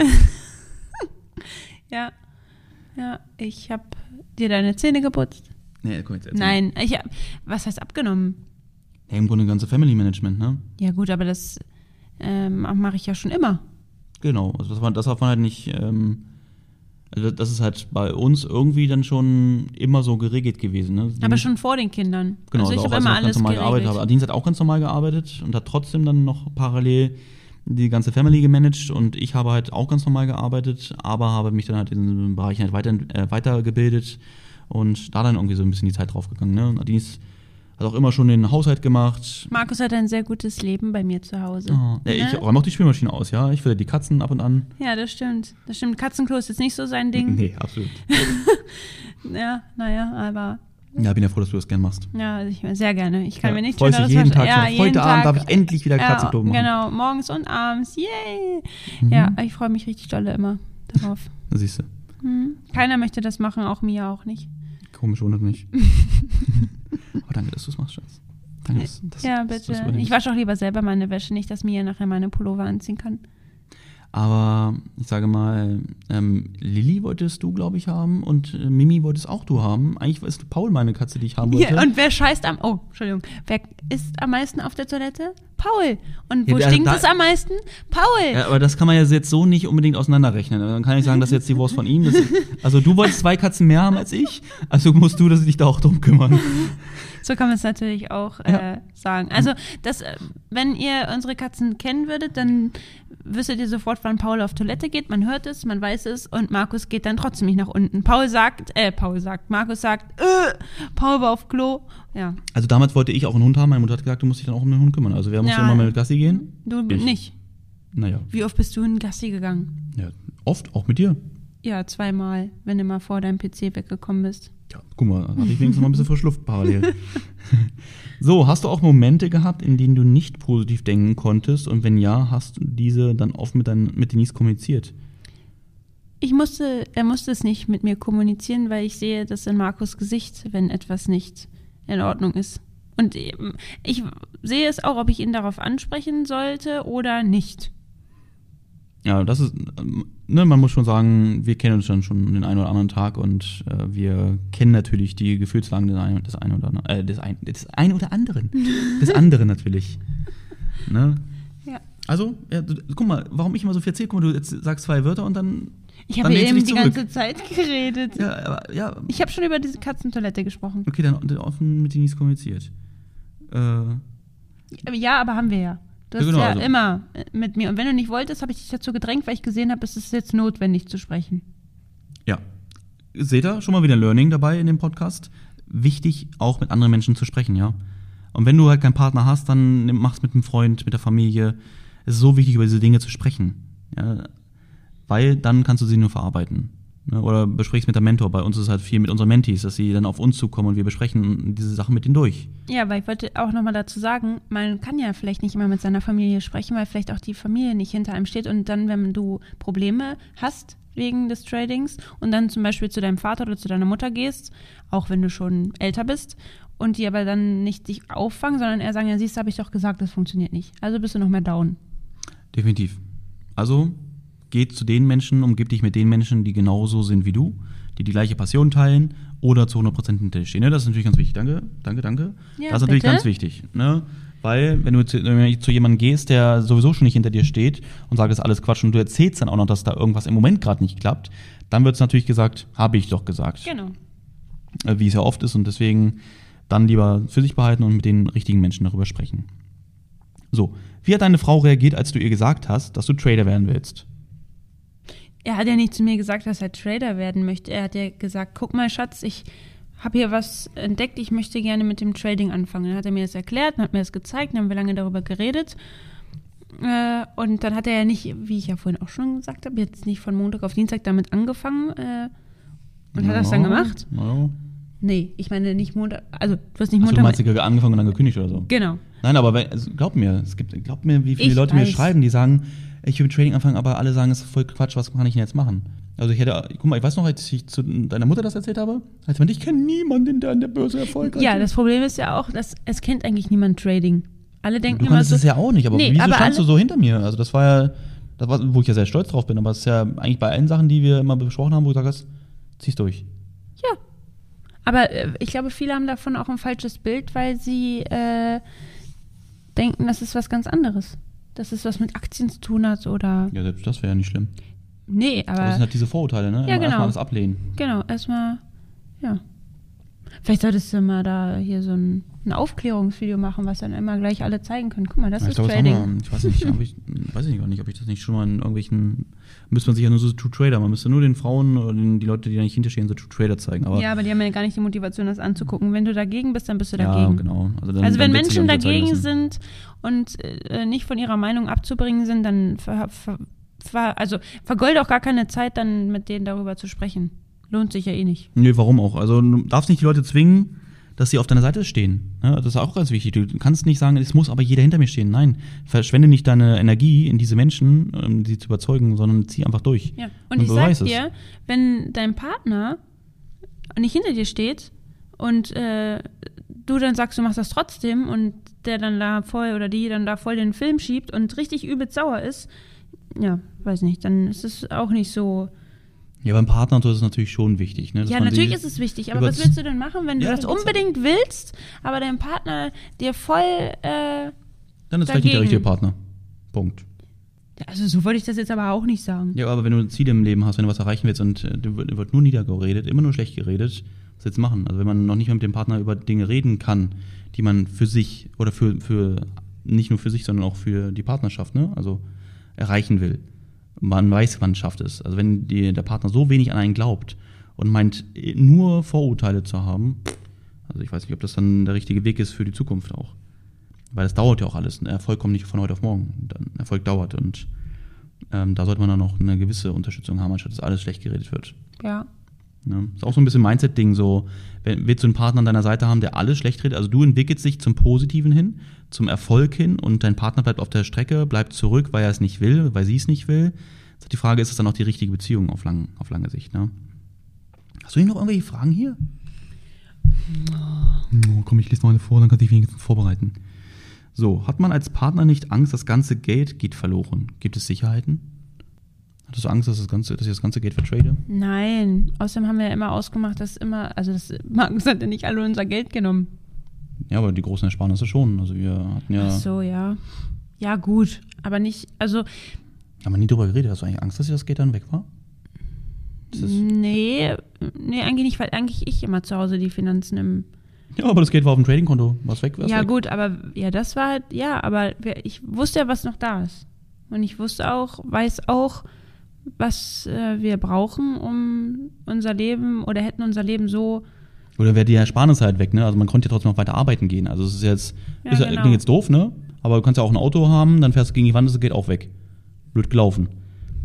Speaker 2: Ja, ja, ich habe dir deine Zähne geputzt.
Speaker 1: Nee, komm jetzt erzähl.
Speaker 2: Nein, ich hab, was heißt abgenommen?
Speaker 1: Ja, im Grunde ganze Family Management, ne?
Speaker 2: Ja gut, aber das ähm, mache ich ja schon immer.
Speaker 1: Genau, also das war, das darf man halt nicht, ähm, also das ist halt bei uns irgendwie dann schon immer so geregelt gewesen, ne?
Speaker 2: Aber schon vor den Kindern.
Speaker 1: Genau,
Speaker 2: also ich
Speaker 1: also auch
Speaker 2: habe
Speaker 1: als
Speaker 2: immer
Speaker 1: ich noch ganz
Speaker 2: alles
Speaker 1: normal gearbeitet
Speaker 2: geregelt.
Speaker 1: habe. Adins hat auch ganz normal gearbeitet und hat trotzdem dann noch parallel die ganze Family gemanagt und ich habe halt auch ganz normal gearbeitet, aber habe mich dann halt in den Bereichen halt weiter, äh, weitergebildet und da dann irgendwie so ein bisschen die Zeit draufgegangen. Ne? Und Adins hat auch immer schon den Haushalt gemacht.
Speaker 2: Markus hat ein sehr gutes Leben bei mir zu Hause.
Speaker 1: Oh, ja, ich
Speaker 2: Ne?
Speaker 1: räume auch die Spülmaschine aus, ja. Ich fülle die Katzen ab und an.
Speaker 2: Ja, das stimmt. Das stimmt. Katzenklo ist jetzt nicht so sein Ding.
Speaker 1: Nee, absolut.
Speaker 2: Ja, naja, aber
Speaker 1: Ja, bin ja froh, dass du das gern machst.
Speaker 2: ja, ich sehr gerne. Ich kann
Speaker 1: Ja,
Speaker 2: mir nicht
Speaker 1: freust dich jeden Tag
Speaker 2: ja,
Speaker 1: schon.
Speaker 2: jeden
Speaker 1: Heute Abend
Speaker 2: Tag.
Speaker 1: darf ich endlich wieder Katzenklo machen.
Speaker 2: Genau, morgens und abends. Yay!
Speaker 1: Mhm.
Speaker 2: Ja, ich freue mich richtig doll immer darauf.
Speaker 1: Da siehst du.
Speaker 2: Hm. Keiner möchte das machen, auch Mia auch nicht.
Speaker 1: Komisch, wundert mich. Aber danke, dass du es machst, Schatz. Danke, dass, dass,
Speaker 2: Ja,
Speaker 1: dass du
Speaker 2: bitte.
Speaker 1: es übernimmst.
Speaker 2: Ich wasche auch lieber selber meine Wäsche, nicht, dass Mia nachher meine Pullover anziehen kann.
Speaker 1: Aber ich sage mal, ähm, Lilly wolltest du, glaube ich, haben und äh, Mimi wolltest auch du haben. Eigentlich ist Paul meine Katze, die ich haben wollte.
Speaker 2: Ja, und wer scheißt am... Oh, Entschuldigung. Wer ist am meisten auf der Toilette? Paul. Und wo
Speaker 1: Ja,
Speaker 2: stinkt
Speaker 1: da-
Speaker 2: es am meisten? Paul.
Speaker 1: Ja, aber das kann man ja jetzt so nicht unbedingt auseinanderrechnen. Dann kann ich sagen, das ist jetzt die Wurst von ihm. Das ist, also du wolltest zwei Katzen mehr haben als ich, also musst du dass dich da auch drum kümmern.
Speaker 2: So kann man es natürlich auch
Speaker 1: Ja.
Speaker 2: äh, sagen. Also, das, äh, wenn ihr unsere Katzen kennen würdet, dann wüsstet ihr sofort, wann Paul auf Toilette geht. Man hört es, man weiß es und Markus geht dann trotzdem nicht nach unten. Paul sagt, äh, Paul sagt, Markus sagt, äh, Paul war auf Klo. Ja,
Speaker 1: Also damals wollte ich auch einen Hund haben. Meine Mutter hat gesagt, du musst dich dann auch um den Hund kümmern. Also wer muss
Speaker 2: Ja.
Speaker 1: immer mit Gassi gehen?
Speaker 2: du
Speaker 1: Ich.
Speaker 2: nicht.
Speaker 1: Naja,
Speaker 2: Wie oft bist du in Gassi gegangen?
Speaker 1: ja, oft, auch mit dir.
Speaker 2: Ja, zweimal, wenn du mal vor deinem P C weggekommen bist.
Speaker 1: Ja, guck mal, da hatte ich wenigstens mal ein bisschen frische Luft parallel. So, hast du auch Momente gehabt, in denen du nicht positiv denken konntest? Und wenn ja, hast du diese dann oft mit, dein, mit Denise kommuniziert?
Speaker 2: Ich musste, er musste es nicht mit mir kommunizieren, weil ich sehe das in Markus' Gesicht, wenn etwas nicht in Ordnung ist. Und ähm, ich sehe es auch, ob ich ihn darauf ansprechen sollte oder nicht.
Speaker 1: Ja, das ist, ähm, ne, man muss schon sagen, wir kennen uns dann schon den einen oder anderen Tag und äh, wir kennen natürlich die Gefühlslagen des einen, des einen oder anderen, äh, des, ein, des einen oder anderen. Des anderen natürlich. Ne?
Speaker 2: Ja.
Speaker 1: Also, ja, du, guck mal, warum ich immer so viel erzähle, guck mal, du jetzt sagst zwei Wörter und dann.
Speaker 2: Ich
Speaker 1: dann
Speaker 2: habe
Speaker 1: lehnst du
Speaker 2: eben
Speaker 1: dich
Speaker 2: die
Speaker 1: zurück.
Speaker 2: ganze Zeit geredet.
Speaker 1: Ja, aber, ja.
Speaker 2: Ich habe schon über diese Katzentoilette gesprochen.
Speaker 1: Okay, dann, dann offen mit Denise kommuniziert. Äh,
Speaker 2: Ja, aber haben wir ja. Du
Speaker 1: Ja,
Speaker 2: hast
Speaker 1: genau,
Speaker 2: ja
Speaker 1: also-
Speaker 2: immer äh, mit mir. Und wenn du nicht wolltest, habe ich dich dazu gedrängt, weil ich gesehen habe, es ist jetzt notwendig zu sprechen.
Speaker 1: ja. Seht ihr, schon mal wieder ein Learning dabei in dem Podcast. Wichtig, auch mit anderen Menschen zu sprechen, ja. Und wenn du halt keinen Partner hast, dann nimm- mach's mit einem Freund, mit der Familie. Es ist so wichtig, über diese Dinge zu sprechen. Ja. weil dann kannst du sie nur verarbeiten. Ne? Oder besprichst mit der Mentor. Bei uns ist es halt viel mit unseren Mentees, dass sie dann auf uns zukommen und wir besprechen diese Sachen mit denen durch.
Speaker 2: Ja, weil ich wollte auch nochmal dazu sagen, man kann ja vielleicht nicht immer mit seiner Familie sprechen, weil vielleicht auch die Familie nicht hinter einem steht und dann, wenn du Probleme hast wegen des Tradings und dann zum Beispiel zu deinem Vater oder zu deiner Mutter gehst, auch wenn du schon älter bist, und die aber dann nicht dich auffangen, sondern eher sagen, ja siehst du, habe ich doch gesagt, das funktioniert nicht. Also bist du noch mehr down.
Speaker 1: Definitiv. Also geh zu den Menschen, umgib dich mit den Menschen, die genauso sind wie du, die die gleiche Passion teilen oder zu hundert Prozent hinter dir stehen. Ne? Das ist natürlich ganz wichtig. Danke, danke, danke.
Speaker 2: Ja,
Speaker 1: das ist natürlich
Speaker 2: bitte?
Speaker 1: ganz wichtig. Ne? Weil, wenn du zu, wenn du zu jemandem gehst, der sowieso schon nicht hinter dir steht und sagt, das ist alles Quatsch und du erzählst dann auch noch, dass da irgendwas im Moment gerade nicht klappt, dann wird es natürlich gesagt, habe ich doch gesagt.
Speaker 2: Genau.
Speaker 1: Äh, Wie es ja oft ist und deswegen dann lieber für sich behalten und mit den richtigen Menschen darüber sprechen. So, wie hat deine Frau reagiert, als du ihr gesagt hast, dass du Trader werden willst?
Speaker 2: Er hat ja nicht zu mir gesagt, dass er Trader werden möchte. Er hat ja gesagt, guck mal, Schatz, ich habe hier was entdeckt, ich möchte gerne mit dem Trading anfangen. Dann hat er mir das erklärt, dann hat mir das gezeigt, dann haben wir lange darüber geredet. Äh, und dann hat er ja nicht, wie ich ja vorhin auch schon gesagt habe, jetzt nicht von Montag auf Dienstag damit angefangen äh, und
Speaker 1: ja,
Speaker 2: hat das dann gemacht.
Speaker 1: Ja.
Speaker 2: Nee, ich meine nicht Montag, also du hast nicht
Speaker 1: Achso,
Speaker 2: Montag.
Speaker 1: du meinst, sie hat angefangen und dann gekündigt oder so?
Speaker 2: Genau.
Speaker 1: Nein, aber wenn, also glaub mir, es gibt, glaub mir, wie viele
Speaker 2: Ich
Speaker 1: Leute
Speaker 2: weiß.
Speaker 1: mir schreiben, die sagen, ich will mit Trading anfangen, aber alle sagen, es ist voll Quatsch, was kann ich denn jetzt machen? Also ich hätte, guck mal, ich weiß noch, als ich zu deiner Mutter das erzählt habe, als man, ich kenne niemanden, der an der Börse erfolgreich
Speaker 2: Ja,
Speaker 1: ist.
Speaker 2: das Problem ist ja auch, dass es kennt eigentlich niemand Trading. Alle denken
Speaker 1: Du
Speaker 2: immer
Speaker 1: konntest
Speaker 2: so,
Speaker 1: es ja auch nicht, aber
Speaker 2: Nee,
Speaker 1: wieso
Speaker 2: aber
Speaker 1: standst
Speaker 2: alle-
Speaker 1: du so hinter mir? Also das war ja, das war, wo ich ja sehr stolz drauf bin, aber es ist ja eigentlich bei allen Sachen, die wir immer besprochen haben, wo du sagst, zieh's durch.
Speaker 2: ja. Aber äh, ich glaube, viele haben davon auch ein falsches Bild, weil sie äh, denken, das ist was ganz anderes. Dass es was mit Aktien zu tun hat oder.
Speaker 1: Ja, selbst das wäre ja nicht schlimm.
Speaker 2: Nee,
Speaker 1: Aber das
Speaker 2: aber.
Speaker 1: sind halt diese Vorurteile, ne?
Speaker 2: Ja,
Speaker 1: Immer
Speaker 2: genau.
Speaker 1: erstmal alles ablehnen.
Speaker 2: Genau, erstmal. Ja. Vielleicht solltest du mal da hier so ein, ein Aufklärungsvideo machen, was dann immer gleich alle zeigen können. Guck mal, das
Speaker 1: Ja,
Speaker 2: ist
Speaker 1: ich glaube, das
Speaker 2: Trading.
Speaker 1: haben wir, ich weiß nicht, ob ich, weiß ich gar nicht, ob ich das nicht schon mal in irgendwelchen, müsste man sich ja nur so True Trader, man müsste nur den Frauen oder den, die Leute, die da nicht hinterstehen, so True Trader zeigen. Aber
Speaker 2: Ja, aber die haben ja gar nicht die Motivation, das anzugucken. Wenn du dagegen bist, dann bist du
Speaker 1: ja,
Speaker 2: dagegen.
Speaker 1: genau. Also, dann,
Speaker 2: Also
Speaker 1: dann
Speaker 2: wenn
Speaker 1: wird sich
Speaker 2: Menschen
Speaker 1: auch nicht
Speaker 2: dagegen
Speaker 1: überzeugen lassen.
Speaker 2: sind und äh, nicht von ihrer Meinung abzubringen sind, dann ver, ver, ver, also vergolde auch gar keine Zeit, dann mit denen darüber zu sprechen. Lohnt sich ja eh nicht.
Speaker 1: Nee, warum auch? Also du darfst nicht die Leute zwingen, dass sie auf deiner Seite stehen. Ja, das ist auch ganz wichtig. Du kannst nicht sagen, es muss aber jeder hinter mir stehen. Nein, verschwende nicht deine Energie in diese Menschen, um sie zu überzeugen, sondern zieh einfach durch.
Speaker 2: Ja. Und, ich sag
Speaker 1: beweis es.
Speaker 2: dir, wenn dein Partner nicht hinter dir steht und äh, du dann sagst, du machst das trotzdem und der dann da voll oder die dann da voll den Film schiebt und richtig übelst sauer ist, ja, weiß nicht, dann ist es auch nicht so.
Speaker 1: Ja, beim Partner und so ist es natürlich schon wichtig. Ne, dass
Speaker 2: Ja,
Speaker 1: man
Speaker 2: natürlich
Speaker 1: sie
Speaker 2: ist es wichtig, aber
Speaker 1: über-
Speaker 2: was willst du denn machen, wenn du
Speaker 1: Ja,
Speaker 2: das
Speaker 1: dann
Speaker 2: unbedingt willst, aber dein Partner dir voll, äh,
Speaker 1: Dann ist vielleicht nicht der
Speaker 2: dagegen.
Speaker 1: richtige Partner. Punkt.
Speaker 2: also so wollte ich das jetzt aber auch nicht sagen.
Speaker 1: Ja, aber wenn du ein Ziel im Leben hast, wenn du was erreichen willst und äh, dir wird, wird nur niedergeredet, immer nur schlecht geredet, was jetzt machen? Also wenn man noch nicht mal mit dem Partner über Dinge reden kann, die man für sich oder für, für nicht nur für sich, sondern auch für die Partnerschaft, ne? Also erreichen will. Man weiß, man schafft es. Also wenn die, der Partner so wenig an einen glaubt und meint, nur Vorurteile zu haben, also ich weiß nicht, ob das dann der richtige Weg ist für die Zukunft auch. Weil das dauert ja auch alles. Ein Erfolg kommt nicht von heute auf morgen. Ein Erfolg dauert und ähm, da sollte man dann noch eine gewisse Unterstützung haben, anstatt dass alles schlecht geredet wird.
Speaker 2: Ja.
Speaker 1: Ne? Ist auch so ein bisschen Mindset-Ding, so, wenn, willst du einen Partner an deiner Seite haben, der alles schlecht redet, also du entwickelst dich zum Positiven hin, zum Erfolg hin und dein Partner bleibt auf der Strecke, bleibt zurück, weil er es nicht will, weil sie es nicht will. Also die Frage, ist es dann auch die richtige Beziehung auf, lang, auf lange Sicht, ne? Hast du hier noch irgendwelche Fragen hier? Oh, komm, ich lese noch eine vor, dann kannst du dich wenigstens vorbereiten. So, hat man als Partner nicht Angst, das ganze Geld geht verloren? Gibt es Sicherheiten? Hattest du Angst, dass, das ganze, dass ich das ganze Geld vertrade?
Speaker 2: Nein, außerdem haben wir ja immer ausgemacht, dass immer, also das Markus hat ja nicht alle unser Geld genommen.
Speaker 1: Ja, aber die großen Ersparnisse schon. Also wir hatten ja...
Speaker 2: Ach so, ja. Ja, gut, aber nicht, also,
Speaker 1: Haben wir nie drüber geredet. Hast du eigentlich Angst, dass das Geld dann weg war? Das ist,
Speaker 2: nee, nee, eigentlich nicht, weil eigentlich ich immer zu Hause die Finanzen im,
Speaker 1: ja, aber das Geld war auf dem Tradingkonto. War es weg? War's
Speaker 2: ja
Speaker 1: weg?
Speaker 2: gut, aber, ja, das war halt, ja, aber wir- ich wusste ja, was noch da ist. Und ich wusste auch, weiß auch, was äh, wir brauchen, um unser Leben, oder hätten unser Leben so,
Speaker 1: Oder wäre die Ersparnisse halt weg, ne? Also man konnte ja trotzdem noch weiter arbeiten gehen. Also es ist jetzt,
Speaker 2: Ja,
Speaker 1: ist ja,
Speaker 2: genau.
Speaker 1: klingt jetzt doof, ne? Aber du kannst ja auch ein Auto haben, dann fährst du gegen die Wand, das Geld auch weg. Blöd gelaufen.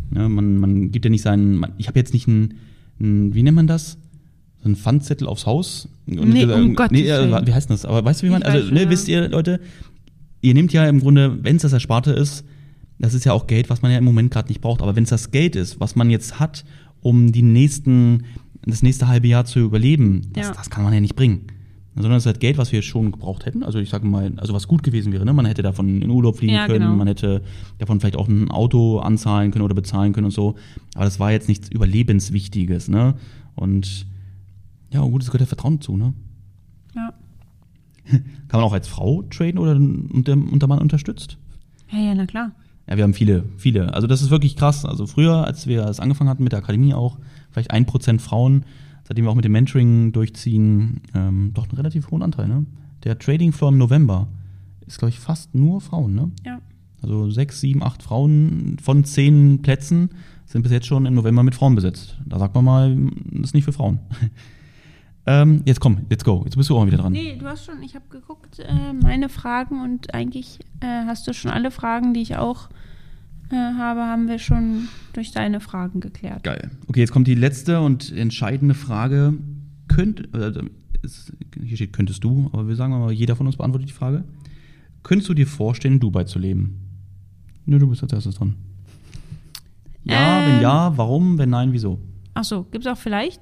Speaker 1: Ja, man, man gibt ja nicht seinen, man, ich habe jetzt nicht einen, einen, wie nennt man das? So einen Pfandzettel aufs Haus. Und
Speaker 2: nee,
Speaker 1: gesagt,
Speaker 2: um Gottes
Speaker 1: nee, äh,
Speaker 2: Willen.
Speaker 1: Wie heißt das? Aber weißt du, wie man,
Speaker 2: Ich
Speaker 1: also
Speaker 2: weiß schon,
Speaker 1: ne,
Speaker 2: ja.
Speaker 1: wisst ihr, Leute, ihr nehmt ja im Grunde, wenn es das Ersparte ist, das ist ja auch Geld, was man ja im Moment gerade nicht braucht, aber wenn es das Geld ist, was man jetzt hat, um die nächsten, das nächste halbe Jahr zu überleben, das,
Speaker 2: Ja.
Speaker 1: das kann man ja nicht bringen. Sondern es ist halt Geld, was wir schon gebraucht hätten. Also ich sage mal, also was gut gewesen wäre, ne? Man hätte davon in Urlaub fliegen
Speaker 2: Ja,
Speaker 1: können,
Speaker 2: genau.
Speaker 1: man hätte davon vielleicht auch ein Auto anzahlen können oder bezahlen können und so. Aber das war jetzt nichts Überlebenswichtiges, ne? Und ja, gut, es gehört ja Vertrauen zu, ne?
Speaker 2: Ja.
Speaker 1: Kann man auch als Frau traden oder unter, unter Mann unterstützt?
Speaker 2: Ja, ja, na klar.
Speaker 1: Ja, wir haben viele, viele. Also das ist wirklich krass. Also früher, als wir es angefangen hatten mit der Akademie auch, vielleicht ein Prozent Frauen, seitdem wir auch mit dem Mentoring durchziehen, ähm, doch einen relativ hohen Anteil, ne? Der Trading Floor im November ist, glaube ich, fast nur Frauen, ne?
Speaker 2: Ja.
Speaker 1: Also sechs, sieben, acht Frauen von zehn Plätzen sind bis jetzt schon im November mit Frauen besetzt. Da sagt man mal, das ist nicht für Frauen. ähm, jetzt komm, let's go. Jetzt bist du auch mal wieder dran.
Speaker 2: Nee, du hast schon, ich habe geguckt, äh, meine Fragen und eigentlich äh, hast du schon alle Fragen, die ich auch äh, habe, haben wir schon durch deine Fragen geklärt.
Speaker 1: Geil. Okay, jetzt kommt die letzte und entscheidende Frage. Könnt, äh, ist, hier steht, könntest du, aber wir sagen mal, jeder von uns beantwortet die Frage. Könntest du dir vorstellen, in Dubai zu leben? Nö, du bist als erstes dran. Ja,
Speaker 2: Ähm.
Speaker 1: wenn ja, warum? Wenn nein, wieso?
Speaker 2: Ach so, gibt's auch vielleicht?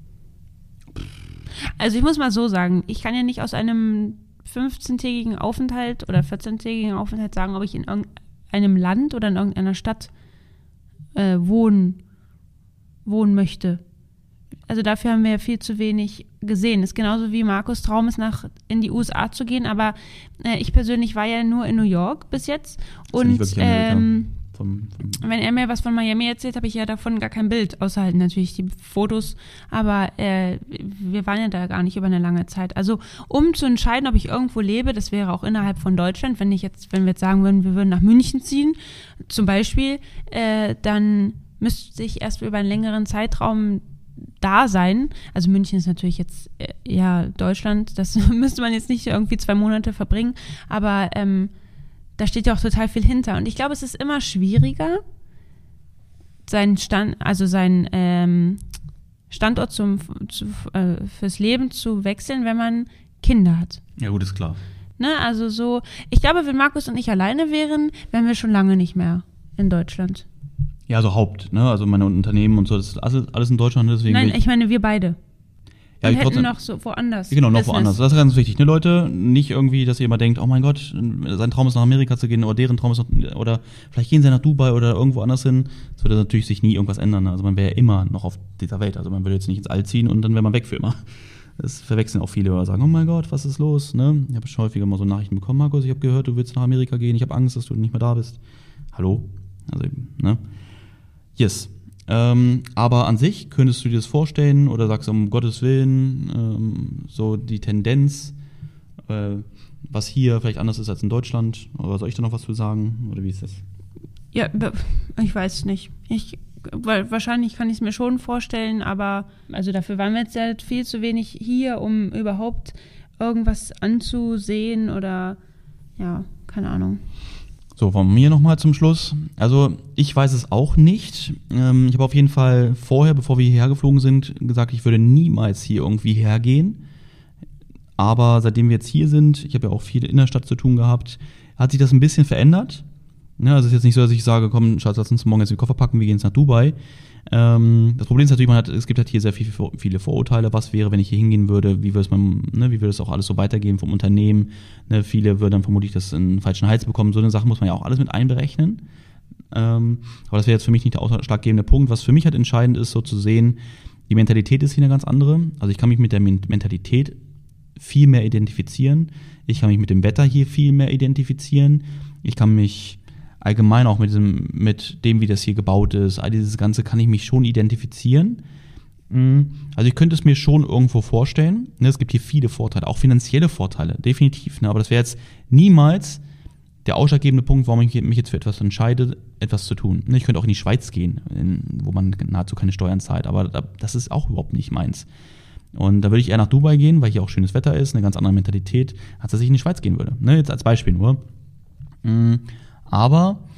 Speaker 2: Also ich muss mal so sagen, ich kann ja nicht aus einem fünfzehntägigen Aufenthalt oder vierzehntägigen Aufenthalt sagen, ob ich in irgendeinem Land oder in irgendeiner Stadt äh, wohnen, wohnen möchte. Also dafür haben wir ja viel zu wenig gesehen. Das ist genauso wie Markus' Traum ist, nach in die U S A zu gehen, aber äh, ich persönlich war ja nur in New York bis jetzt.
Speaker 1: Das ist ja
Speaker 2: Und
Speaker 1: nicht wirklich Amerika.
Speaker 2: ähm,
Speaker 1: Vom, vom
Speaker 2: wenn er mir was von Miami erzählt, habe ich ja davon gar kein Bild, außer halt natürlich die Fotos. Aber äh, wir waren ja da gar nicht über eine lange Zeit. Also um zu entscheiden, ob ich irgendwo lebe, das wäre auch innerhalb von Deutschland. Wenn ich jetzt, wenn wir jetzt sagen würden, wir würden nach München ziehen, zum Beispiel, äh, dann müsste ich erst über einen längeren Zeitraum da sein. Also München ist natürlich jetzt äh, ja Deutschland. Das müsste man jetzt nicht irgendwie zwei Monate verbringen. Aber ähm, da steht ja auch total viel hinter. Und ich glaube, es ist immer schwieriger, seinen Stand, also seinen ähm, Standort zum, zu, äh, fürs Leben zu wechseln, wenn man Kinder hat.
Speaker 1: ja gut, ist klar.
Speaker 2: Ne? Also so, ich glaube, wenn Markus und ich alleine wären, wären wir schon lange nicht mehr in Deutschland.
Speaker 1: Ja, also Haupt, ne? Also meine Unternehmen und so, das ist alles, alles in Deutschland, deswegen.
Speaker 2: Nein,
Speaker 1: will
Speaker 2: ich meine, wir beide.
Speaker 1: ja,
Speaker 2: Und
Speaker 1: ich
Speaker 2: hätten
Speaker 1: trotzdem,
Speaker 2: noch so woanders.
Speaker 1: genau, noch
Speaker 2: Business.
Speaker 1: woanders. Das ist ganz wichtig, ne, Leute? Nicht irgendwie, dass ihr immer denkt, oh mein Gott, sein Traum ist nach Amerika zu gehen oder deren Traum ist nach, oder vielleicht gehen sie nach Dubai oder irgendwo anders hin. Das würde natürlich sich nie irgendwas ändern. Ne? Also man wäre ja immer noch auf dieser Welt. Also man würde jetzt nicht ins All ziehen und dann wäre man weg für immer. Das verwechseln auch viele oder sagen, oh mein Gott, was ist los? Ne? Ich habe schon häufiger mal so Nachrichten bekommen, Markus, ich habe gehört, du willst nach Amerika gehen, ich habe Angst, dass du nicht mehr da bist. Hallo? Also, ne? Yes. Ähm, aber an sich, könntest du dir das vorstellen oder sagst du, um Gottes Willen, ähm, so die Tendenz, äh, was hier vielleicht anders ist als in Deutschland? Oder soll ich da noch was zu sagen? Oder wie ist das?
Speaker 2: Ja, ich weiß nicht. Ich, weil wahrscheinlich kann ich es mir schon vorstellen, aber also dafür waren wir jetzt halt viel zu wenig hier, um überhaupt irgendwas anzusehen oder ja, keine Ahnung.
Speaker 1: So, von mir nochmal zum Schluss. Also ich weiß es auch nicht. Ähm, ich habe auf jeden Fall vorher, bevor wir hierher geflogen sind, gesagt, ich würde niemals hier irgendwie hergehen. Aber seitdem wir jetzt hier sind, ich habe ja auch viel in der Stadt zu tun gehabt, hat sich das ein bisschen verändert. Ja, also es ist jetzt nicht so, dass ich sage, komm, Schatz, lass uns morgen jetzt die Koffer packen, wir gehen jetzt nach Dubai. Ähm, das Problem ist natürlich, man hat, es gibt halt hier sehr viel, viele Vorurteile. Was wäre, wenn ich hier hingehen würde? Wie würde es man, ne, wie würde es auch alles so weitergehen vom Unternehmen? Ne, viele würden dann vermutlich das in den falschen Hals bekommen. So eine Sache muss man ja auch alles mit einberechnen. Ähm, aber das wäre jetzt für mich nicht der ausschlaggebende Punkt. Was für mich halt entscheidend ist, so zu sehen, die Mentalität ist hier eine ganz andere. Also ich kann mich mit der Mentalität viel mehr identifizieren. Ich kann mich mit dem Wetter hier viel mehr identifizieren. Ich kann mich allgemein auch mit diesem, mit dem, wie das hier gebaut ist, all dieses Ganze kann ich mich schon identifizieren. Also ich könnte es mir schon irgendwo vorstellen. Es gibt hier viele Vorteile, auch finanzielle Vorteile, definitiv. Aber das wäre jetzt niemals der ausschlaggebende Punkt, warum ich mich jetzt für etwas entscheide, etwas zu tun. Ich könnte auch in die Schweiz gehen, wo man nahezu keine Steuern zahlt, aber das ist auch überhaupt nicht meins. Und da würde ich eher nach Dubai gehen, weil hier auch schönes Wetter ist, eine ganz andere Mentalität, als dass ich in die Schweiz gehen würde. Jetzt als Beispiel nur. Aber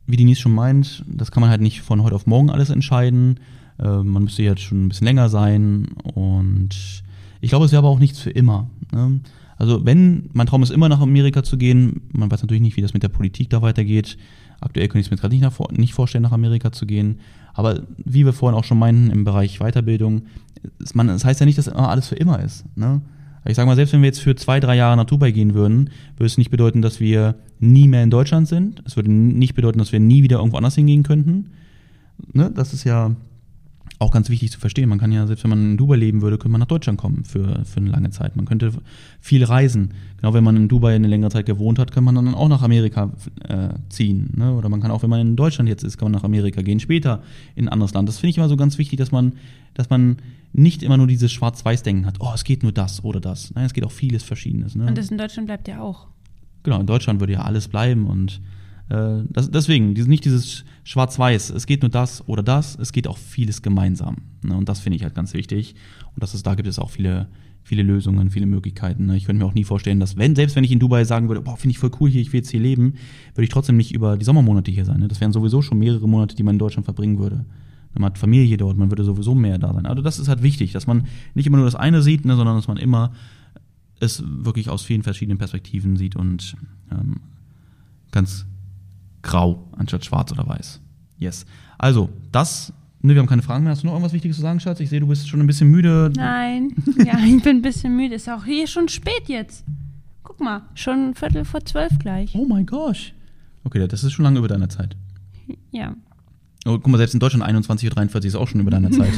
Speaker 1: wie Denise schon meint, das kann man halt nicht von heute auf morgen alles entscheiden. Äh, man müsste jetzt schon ein bisschen länger sein und ich glaube, es wäre aber auch nichts für immer. Ne? Also wenn, mein Traum ist immer nach Amerika zu gehen, man weiß natürlich nicht, wie das mit der Politik da weitergeht. Aktuell könnte ich es mir gerade nicht, nach, nicht vorstellen, nach Amerika zu gehen. Aber wie wir vorhin auch schon meinten, im Bereich Weiterbildung, es, man, das heißt ja nicht, dass immer alles für immer ist. Ne? Ich sage mal, selbst wenn wir jetzt für zwei, drei Jahre nach Dubai gehen würden, würde es nicht bedeuten, dass wir nie mehr in Deutschland sind. Es würde nicht bedeuten, dass wir nie wieder irgendwo anders hingehen könnten. Ne? Das ist ja auch ganz wichtig zu verstehen. Man kann ja, selbst wenn man in Dubai leben würde, könnte man nach Deutschland kommen für, für eine lange Zeit. Man könnte viel reisen. Genau, wenn man in Dubai eine längere Zeit gewohnt hat, kann man dann auch nach Amerika äh, ziehen. Ne? Oder man kann auch, wenn man in Deutschland jetzt ist, kann man nach Amerika gehen, später in ein anderes Land. Das finde ich immer so ganz wichtig, dass man, dass man nicht immer nur dieses Schwarz-Weiß-Denken hat, oh, es geht nur das oder das. Nein, es geht auch vieles Verschiedenes. Ne?
Speaker 2: Und das in Deutschland bleibt ja auch.
Speaker 1: Genau, in Deutschland würde ja alles bleiben und äh, das, deswegen, nicht dieses Schwarz-Weiß, es geht nur das oder das, es geht auch vieles gemeinsam. Ne? Und das finde ich halt ganz wichtig. Und das ist, da gibt es auch viele, viele Lösungen, viele Möglichkeiten. Ne? Ich könnte mir auch nie vorstellen, dass, wenn, selbst wenn ich in Dubai sagen würde, boah, finde ich voll cool hier, ich will jetzt hier leben, würde ich trotzdem nicht über die Sommermonate hier sein. Ne? Das wären sowieso schon mehrere Monate, die man in Deutschland verbringen würde. Man hat Familie dort, man würde sowieso mehr da sein. Also das ist halt wichtig, dass man nicht immer nur das eine sieht, ne, sondern dass man immer es wirklich aus vielen verschiedenen Perspektiven sieht und ähm, ganz grau anstatt schwarz oder weiß. Yes. Also, das, ne, wir haben keine Fragen mehr. Hast du noch irgendwas Wichtiges zu sagen, Schatz? Ich sehe, du bist schon ein bisschen müde.
Speaker 2: Nein, ja, ich bin ein bisschen müde. Ist auch hier schon spät jetzt. Guck mal, schon Viertel vor zwölf gleich.
Speaker 1: Oh mein Gott. Okay, das ist schon lange über deiner Zeit.
Speaker 2: Ja.
Speaker 1: Oh, guck mal, selbst in Deutschland einundzwanzig Uhr dreiundvierzig ist auch schon über deiner Zeit.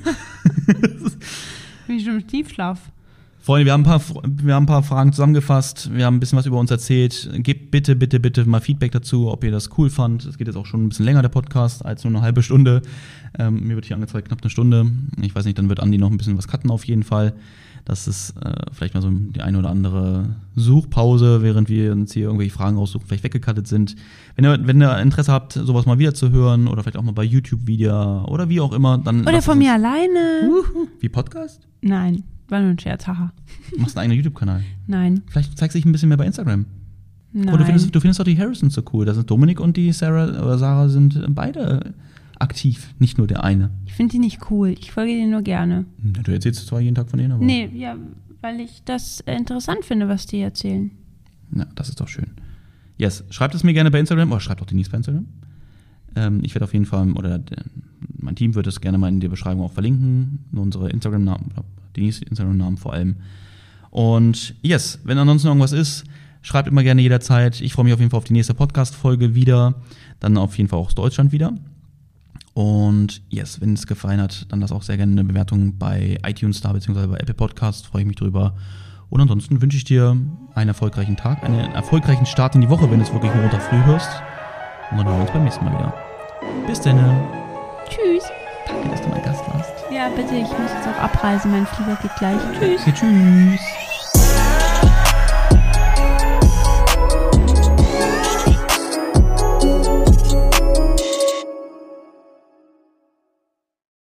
Speaker 2: Bin ich schon im Tiefschlaf.
Speaker 1: Freunde, wir haben, ein paar, wir haben ein paar Fragen zusammengefasst, wir haben ein bisschen was über uns erzählt. Gebt bitte, bitte, bitte mal Feedback dazu, ob ihr das cool fand. Es geht jetzt auch schon ein bisschen länger, der Podcast, als nur eine halbe Stunde. Ähm, mir wird hier angezeigt, knapp eine Stunde. Ich weiß nicht, dann wird Andi noch ein bisschen was cutten auf jeden Fall. Das ist äh, vielleicht mal so die eine oder andere Suchpause, während wir uns hier irgendwelche Fragen raussuchen, vielleicht weggecuttet sind. Wenn ihr, wenn ihr Interesse habt, sowas mal wieder zu hören oder vielleicht auch mal bei YouTube wieder oder wie auch immer, dann...
Speaker 2: Oder von mir alleine.
Speaker 1: Uh, wie Podcast?
Speaker 2: Nein, war nur ein Scherz, haha.
Speaker 1: Du machst einen eigenen YouTube-Kanal.
Speaker 2: Nein.
Speaker 1: Vielleicht zeigst du dich ein bisschen mehr bei Instagram.
Speaker 2: Nein.
Speaker 1: Oder du findest, du findest doch die Harrisons so cool. Das sind Dominik und die Sarah oder Sarah sind beide aktiv, nicht nur der eine.
Speaker 2: Ich finde die nicht cool. Ich folge denen nur gerne.
Speaker 1: Ja, du erzählst zwar jeden Tag von denen, aber...
Speaker 2: Nee, ja, weil ich das interessant finde, was die erzählen.
Speaker 1: Ja, das ist doch schön. Yes, schreibt es mir gerne bei Instagram oder schreibt auch Denise bei Instagram. Ähm, ich werde auf jeden Fall, oder der, mein Team wird es gerne mal in der Beschreibung auch verlinken. Unsere Instagram-Namen, Denise Instagram-Namen vor allem. Und yes, wenn ansonsten irgendwas ist, schreibt immer gerne jederzeit. Ich freue mich auf jeden Fall auf die nächste Podcast-Folge wieder. Dann auf jeden Fall auch aus Deutschland wieder. Und yes, wenn es gefallen hat, dann lass auch sehr gerne eine Bewertung bei iTunes da, beziehungsweise bei Apple Podcasts, freue ich mich drüber. Und ansonsten wünsche ich dir einen erfolgreichen Tag, einen erfolgreichen Start in die Woche, wenn du es wirklich Montag früh hörst. Und dann hören wir uns beim nächsten Mal wieder. Bis dann.
Speaker 2: Tschüss.
Speaker 1: Danke, dass du mein Gast warst.
Speaker 2: Ja, bitte, ich muss jetzt auch abreisen. Mein Flieger geht gleich. Tschüss.
Speaker 1: Okay, tschüss.